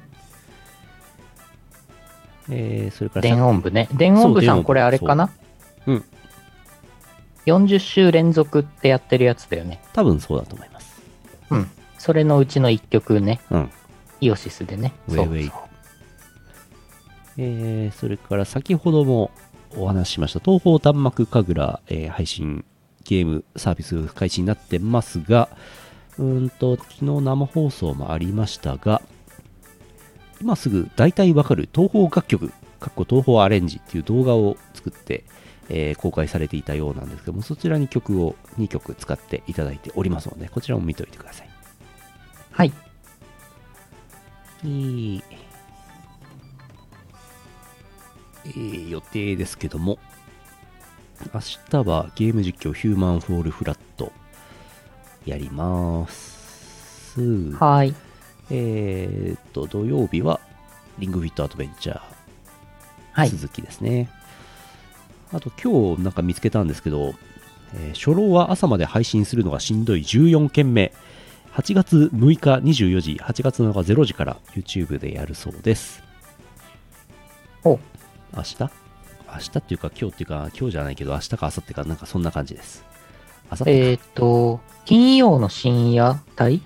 えー、それから電音部ね。電音部さそう電音部ん、これあれかなそううん。 よんじゅっ週連続ってやってるやつだよね。 多分そうだと思います。 うん。それのうちのいっきょくね。 うん。 イオシスでね。 ウェイウェイそうそうえー、それから先ほどもお話ししました東方弾幕神楽、えー配信ゲームサービス開始になってますが、うーんと昨日生放送もありましたが、今すぐ大体わかる東方楽曲かっこ東方アレンジっていう動画を作って、えー公開されていたようなんですけども、そちらに曲をにきょく使っていただいておりますので、こちらも見ておいてください。 はい。 いいえー予定ですけども、明日はゲーム実況ヒューマンフォールフラットやります。 はい。 えーっと、土曜日はリングフィットアドベンチャー、 はい。 続きですね。あと今日なんか見つけたんですけど、えー初老は朝まで配信するのがしんどいじゅうよんけんめ。はちがつむいかにじゅうよじ、はちがつなのかれいじから YouTube でやるそうです。 お、 明日明日っていうか今日っていうか今日じゃないけど明日か明後日かなんかそんな感じです。明後日か、 えーっと、金曜の深夜帯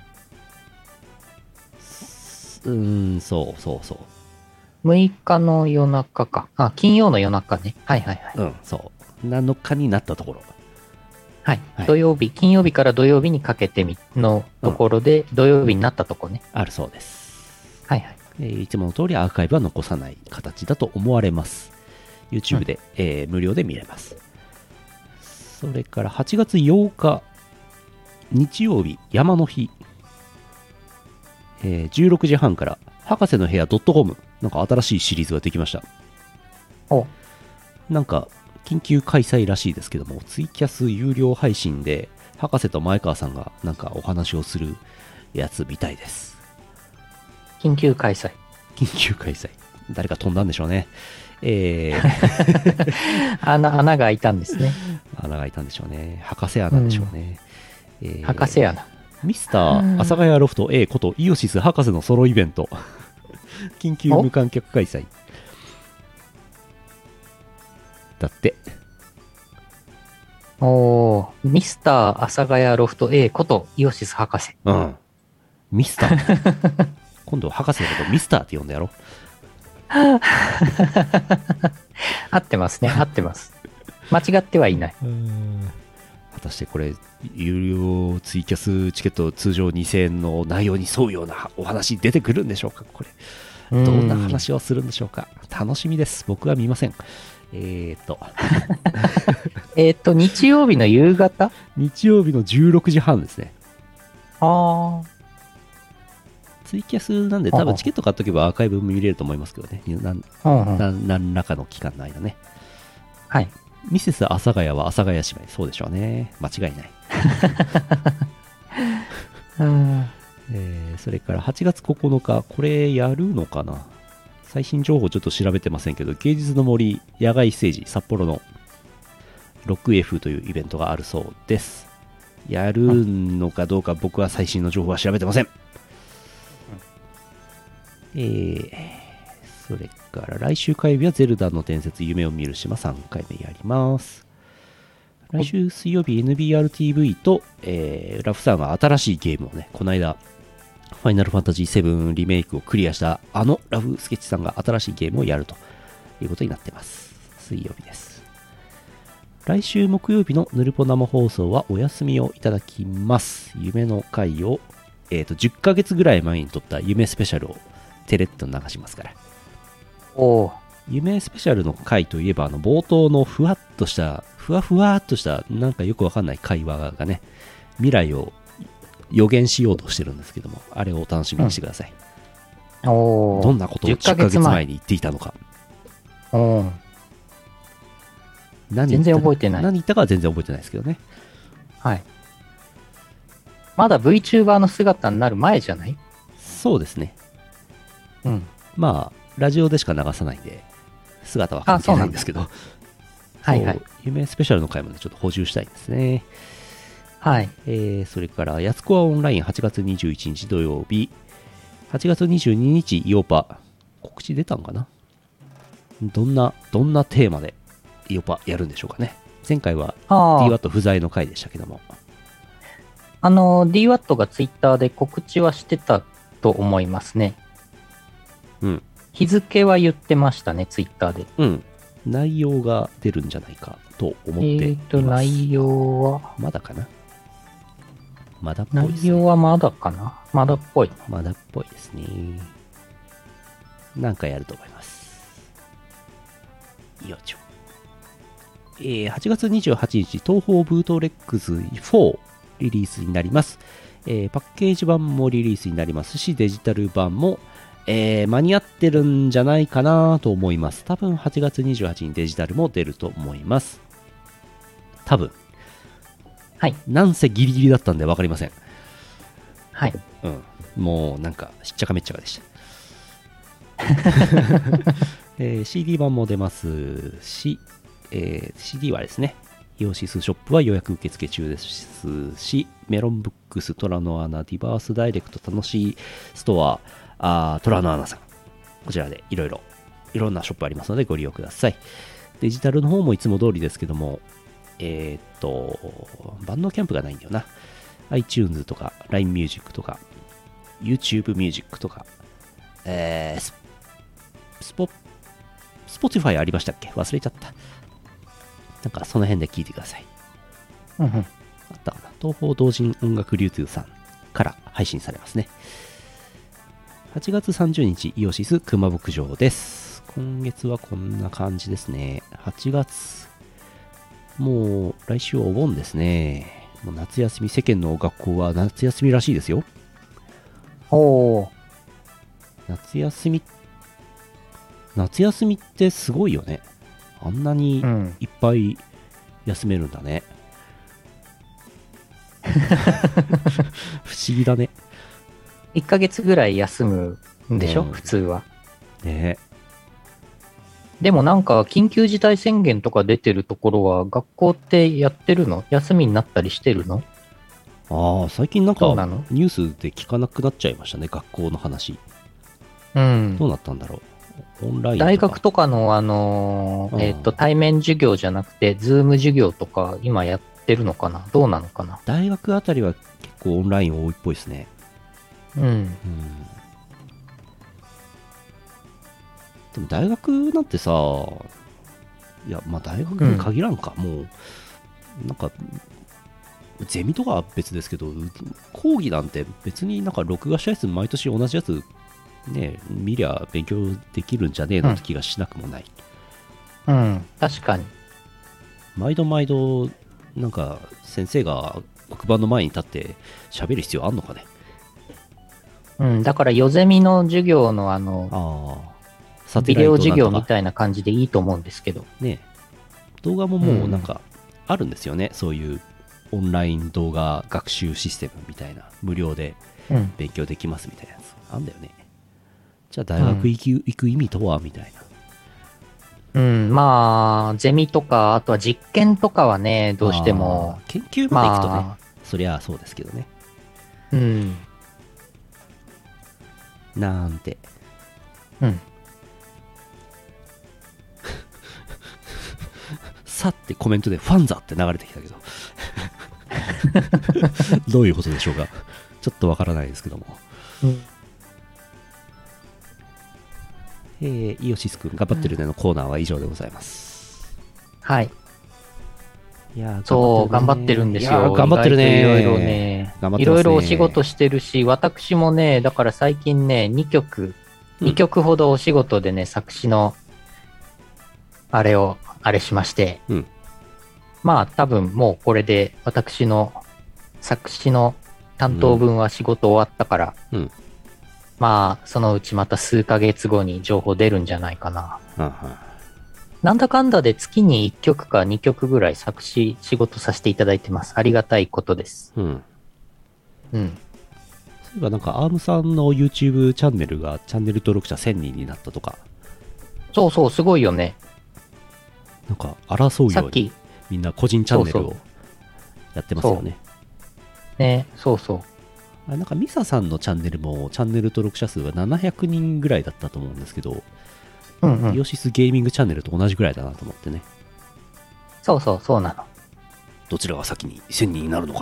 うーん、そうそうそむいかの夜中か。あ、金曜の夜中ね。はいはいはい。 う。うん、そう。なのかになったところ。 はい。 はい土曜日、金曜日から土曜日にかけてみのところで、土曜日になったとこね。 あるそうです。 はいはい。 えーいつもの通りアーカイブは残さない形だと思われます。YouTube で、えー無料で見れます。それからはちがつようか日曜日山の日、えーじゅうろくじはんから博士の部屋 .com なんか新しいシリーズができました。 お、 なんか緊急開催らしいですけども、ツイキャス有料配信で博士と前川さんがなんかお話をするやつみたいです。 緊急開催。 緊急開催。誰か飛んだんでしょうね。えー、 穴、穴が開いたんですね。 穴が開いたんでしょうね。博士穴でしょうね。えー博士穴。 ミスター阿佐ヶ谷ロフト A ことイオシス博士のソロイベント。緊急無観客開催。だって。 おー、ミスター阿佐ヶ谷ロフト A ことイオシス博士。 うん。ミスター。今度は博士のことミスターって呼んでやろう。 合ってますね。合ってます。間違ってはいない。 果たしてこれ、有料ツイキャスチケット通常にせんえんの内容に沿うようなお話出てくるんでしょうか、これ。どんな話をするんでしょうか。楽しみです。僕は見ません。えーと。 えっと、日曜日の夕方日曜日のじゅうろくじはんですね。 ああ。 ツイキャスなんで多分チケット買っとけばアーカイブも見れると思いますけどね。なんうんうん。 な何らかの期間の間ね。 はい。 ミセス阿佐ヶ谷は阿佐ヶ谷姉妹。そうでしょうね。間違いない。 うん。 えーそれからはちがつここのか、これやるのかな、最新情報ちょっと調べてませんけど、芸術の森野外ステージ札幌の ロック F というイベントがあるそうです。やるのかどうか僕は最新の情報は調べてません。えー、それから来週火曜日はゼルダの伝説夢を見る島さんかいめやります。来週水曜日 エヌビーアールティーブイ と、えーラフさんが新しいゲームをね、この間ファイナルファンタジーセブンリメイクをクリアしたあのラフスケッチさんが新しいゲームをやるということになってます。水曜日です。来週木曜日のヌルポ生放送はお休みをいただきます。夢の回を、えーと、じゅっかげつぐらい前に撮った夢スペシャルをテレッと流しますから。 おー。 夢スペシャルの回といえば、あの冒頭のふわっとした、ふわふわっとしたなんかよくわかんない会話がね、未来を予言しようとしてるんですけども、あれをお楽しみにしてください。 おー。 どんなことをじゅっかげつまえに言っていたのか。 うん。 何全然覚えてない。 何言ったかは全然覚えてないですけどね。 はい。まだ VTuber の姿になる前じゃない？ そうですね。 うん。 まあ、ラジオでしか流さないんで、姿は関係ないんですけど。 はいはい。 夢スペシャルの回までちょっと補充したいですね。 はい。 えー、それから、やつこはオンラインはちがつにじゅういちにち土曜日、はちがつにじゅうににちイオパ、告知出たんかな？どんな、どんなテーマでイオパやるんでしょうかね。前回は ディーワット 不在の回でしたけども。 あの、ディーワット がツイッターで告知はしてたと思いますね。 うん。 日付は言ってましたね、ツイッターで。 うん。内容が出るんじゃないかと思っています。 えっと、内容はまだかなまだっぽいですね。 内容はまだかなまだっぽい。 まだっぽいですね。なんかやると思います。よいしょ。えー、はちがつにじゅうはちにち、東方ブートレックスフォーリリースになります。えー、パッケージ版もリリースになりますし、デジタル版も、えー、間に合ってるんじゃないかなと思います。多分はちがつにじゅうはちにちにデジタルも出ると思います。多分。 はい。 なんせギリギリだったんで分かりません。 はい。 うん。もうなんか、しっちゃかめっちゃかでした。えー、シーディー 版も出ますし、えー、シーディー はですね、イオシスショップは予約受付中ですし、メロンブックス、虎の穴、ディバースダイレクト、楽しいストア、あ虎の穴さん、こちらでいろいろ、いろんなショップありますのでご利用ください。デジタルの方もいつも通りですけども、えー、っと、バンドキャンプがないんだよな。iTunes とか ライン Music とか YouTube Music とか、えー、ススポ、Spotify ありましたっけ？忘れちゃった。なんかその辺で聞いてください。 うんうん。 あったかな。東方同人音楽流通さんから配信されますね。はちがつさんじゅうにち、イオシス熊牧場です。今月はこんな感じですね。はちがつ、もう来週はお盆ですね。もう夏休み、世間の学校は夏休みらしいですよ。 おー。 夏休み、夏休みってすごいよね。あんなにいっぱい休めるんだね。不思議だね。 いっかげつぐらい休むんでしょ、 うん普通は。 ねでもなんか緊急事態宣言とか出てるところは学校ってやってるの？休みになったりしてるの？ ああ、最近なんかそうなの？ ニュースで聞かなくなっちゃいましたね、学校の話。 うんど。うなったんだろう。オンラインとか大学とかのあのーうんえっと、対面授業じゃなくて、ズーム授業とか今やってるのかな？どうなのかな？ 大学あたりは結構オンライン多いっぽいですね。 うん。 うん。でも大学なんてさ、いや、まあ大学に限らんか、もう、なんか、ゼミとかは別ですけど、講義なんて別になんか録画したやつ毎年同じやつね、見りゃ勉強できるんじゃねえのって気がしなくもない。 うん。確かに。 毎度毎度、なんか先生が黒板の前に立って喋る必要あんのかね。 うん。だから、ヨゼミの授業のあの、 ああ。サテビデオライトなんとか授業みたいな感じでいいと思うんですけど。 ね、動画ももうなんかあるんですよね、そういうオンライン動画学習システムみたいな、無料でうん。 勉強できますみたいなやつあんだよね。じゃあ大学行き、行く意味とはみたいな。 うん。まあ、ゼミとか、あとは実験とかはね、どうしてもあ、ー研究まで行くとね、 まそりゃそうですけどね。 うん。 なんて。 うん。 さってコメントでファンザって流れてきたけどどういうことでしょうか。ちょっとわからないですけども、 うんえー、イオシスくん頑張ってるねのコーナーは以上でございます。 はい。 いやーそう、頑張ってるんですいやよ。 ー頑張ってるね。 意外といろいろね。 頑張ってますねいろいろお仕事してるし、私もね、だから最近ね、にきょく、 うんにきょくほどお仕事でね、作詞の、あれを、あれしまして、 うんまあ多分もうこれで私の作詞の担当分は仕事終わったから、 うんまあそのうちまた数ヶ月後に情報出るんじゃないかな。 はんはんなんだかんだで月にいっきょくかにきょくぐらい作詞仕事させていただいてます。ありがたいことです。 うん。 うん。 そういえばなんかアームさんの YouTube チャンネルがチャンネル登録者せんにんになったとか。 そうそう、すごいよね。 なんか争うようにみんな個人チャンネルをやってますよね。 そうね、そうそう。 あ、なんかミサさんのチャンネルもチャンネル登録者数がななひゃくにんぐらいだったと思うんですけど、 うんうん、 イオシスゲーミングチャンネルと同じぐらいだなと思ってね。 そうそう、そうなの。 どちらが先にせんにんになるのか。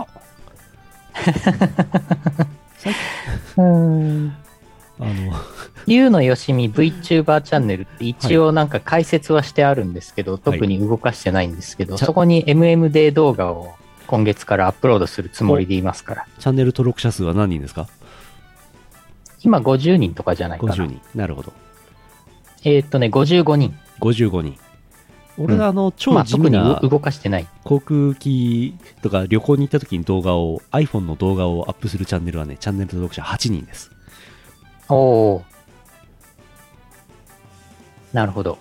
うーん。 あのゆうのよしみ VTuber チャンネルって一応なんか解説はしてあるんですけど、はい、特に動かしてないんですけど、はい、そこに エムエムデー 動画を今月からアップロードするつもりでいますから。 チャンネル登録者数は何人ですか？ 今ごじゅうにんとかじゃないかな。 ごじゅうにん。なるほど。 えー、っとね、ごじゅうごにん。 ごじゅうごにん。俺はあの、うん、超地味な動かしてない航空機とか旅行に行った時に動画を iPhone の動画をアップするチャンネルはね、チャンネル登録者はちにんです。 おお。なるほど。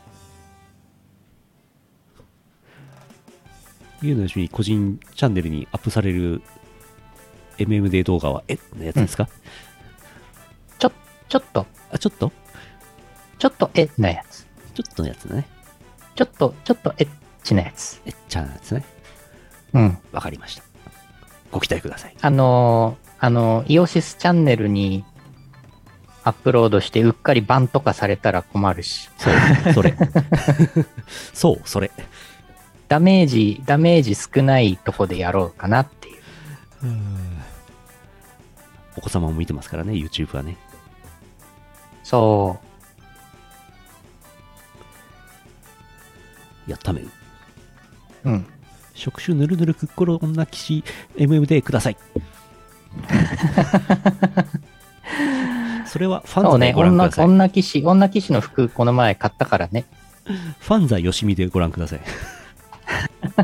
ゆうのよしみ個人チャンネルにアップされる エムエムデー 動画はえのやつですか？うん、 ちょ、ちょっと。 あ、ちょっとちょっとえなやつ。 ちょっとのやつだね。 ちょっと、ちょっとエッチなやつ。 エッチなやつね。 うん。 わかりました。ご期待ください。 あのー、あのー、イオシスチャンネルにアップロードしてうっかりバンとかされたら困るし。 そう、それ。そう、それ。 ダメージ、ダメージ少ないとこでやろうかなっていう。 うーん、お子様も見てますからね、YouTube はね。 そう。 やっためう。 うん。 触手ぬるぬるくっころ女騎士 エムエム でください。それはファンザでご覧ください。 そうね、女、女騎士、女騎士の服この前買ったからね。 ファンザよしみでご覧ください。 フ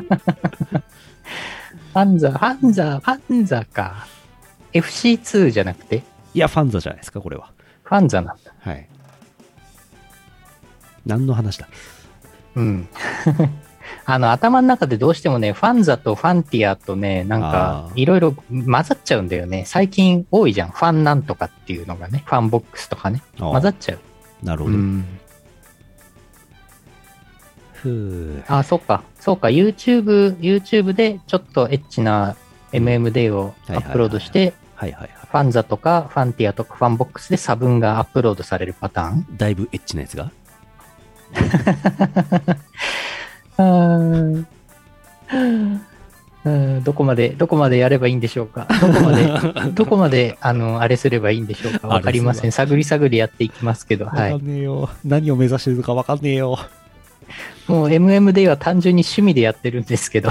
ァンザ、ファンザ、ファンザか。エフシーツー じゃなくて？ いや、ファンザじゃないですか、これは。 ファンザなんだ。 はい。何の話だ？ うん。あの、頭の中でどうしてもね、ファンザとファンティアとね、なんか、いろいろ混ざっちゃうんだよね。最近多いじゃん。ファンなんとかっていうのがね、ファンボックスとかね。混ざっちゃう。 なるほど。うん、 ふう。あ、そうか。そうか。YouTube、YouTube でちょっとエッチな エムエムデー をアップロードして、ファンザとかファンティアとかファンボックスで差分がアップロードされるパターン？ だいぶエッチなやつがうんうん、どこまで、どこまでやればいいんでしょうか。どこまで、どこまで、あの、あれすればいいんでしょうか。わかりません。探り探りやっていきますけど、はい。 わかんねえよ。何を目指してるのかわかんねえよ。 もう エムエムデー は単純に趣味でやってるんですけど。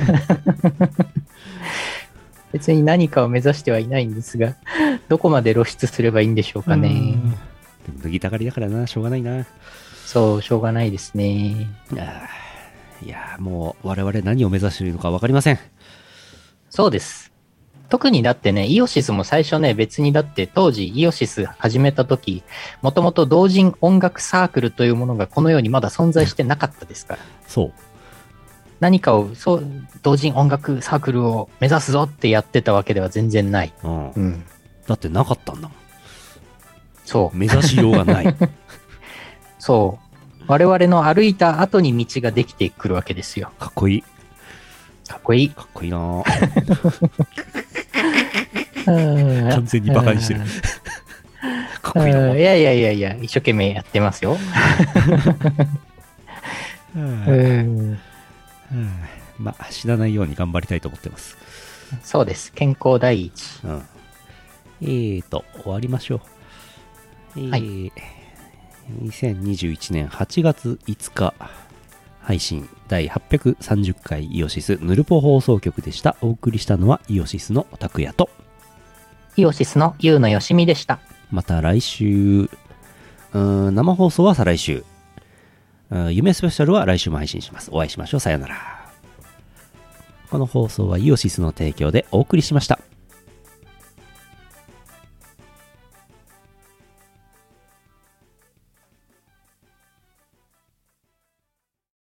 別に何かを目指してはいないんですが、どこまで露出すればいいんでしょうかね。でも脱ぎたがりだからな、しょうがないな。 そう、しょうがないですね。 あいやもう我々何を目指しているのか分かりません。 そうです。特にだってね、イオシスも最初ね、別にだって当時イオシス始めた時、もともと同人音楽サークルというものがこの世にまだ存在してなかったですから。 そう。 何かを、そう、同人音楽サークルを目指すぞってやってたわけでは全然ない。 うん。うん、だってなかったんだもん。 そう。 目指しようがない。 そう。我々の歩いた後に道ができてくるわけですよ。 かっこいい。 かっこいい。 かっこいいな完全にバカにしてる。かっこいいな。 いやいやいやいや、一生懸命やってますよ。 うんまあ、死なないように頑張りたいと思ってます。 そうです。健康第一。 うん、えーと、終わりましょう。えーはいにせんにじゅういちねんはちがついつか配信だいはっぴゃくさんじゅっかいイオシスヌルポ放送局でした。お送りしたのはイオシスの拓也とイオシスのゆうのよしみでした。 また来週、うーん生放送は再来週、夢スペシャルは来週も配信します。お会いしましょう。さようなら。この放送はイオシスの提供でお送りしました。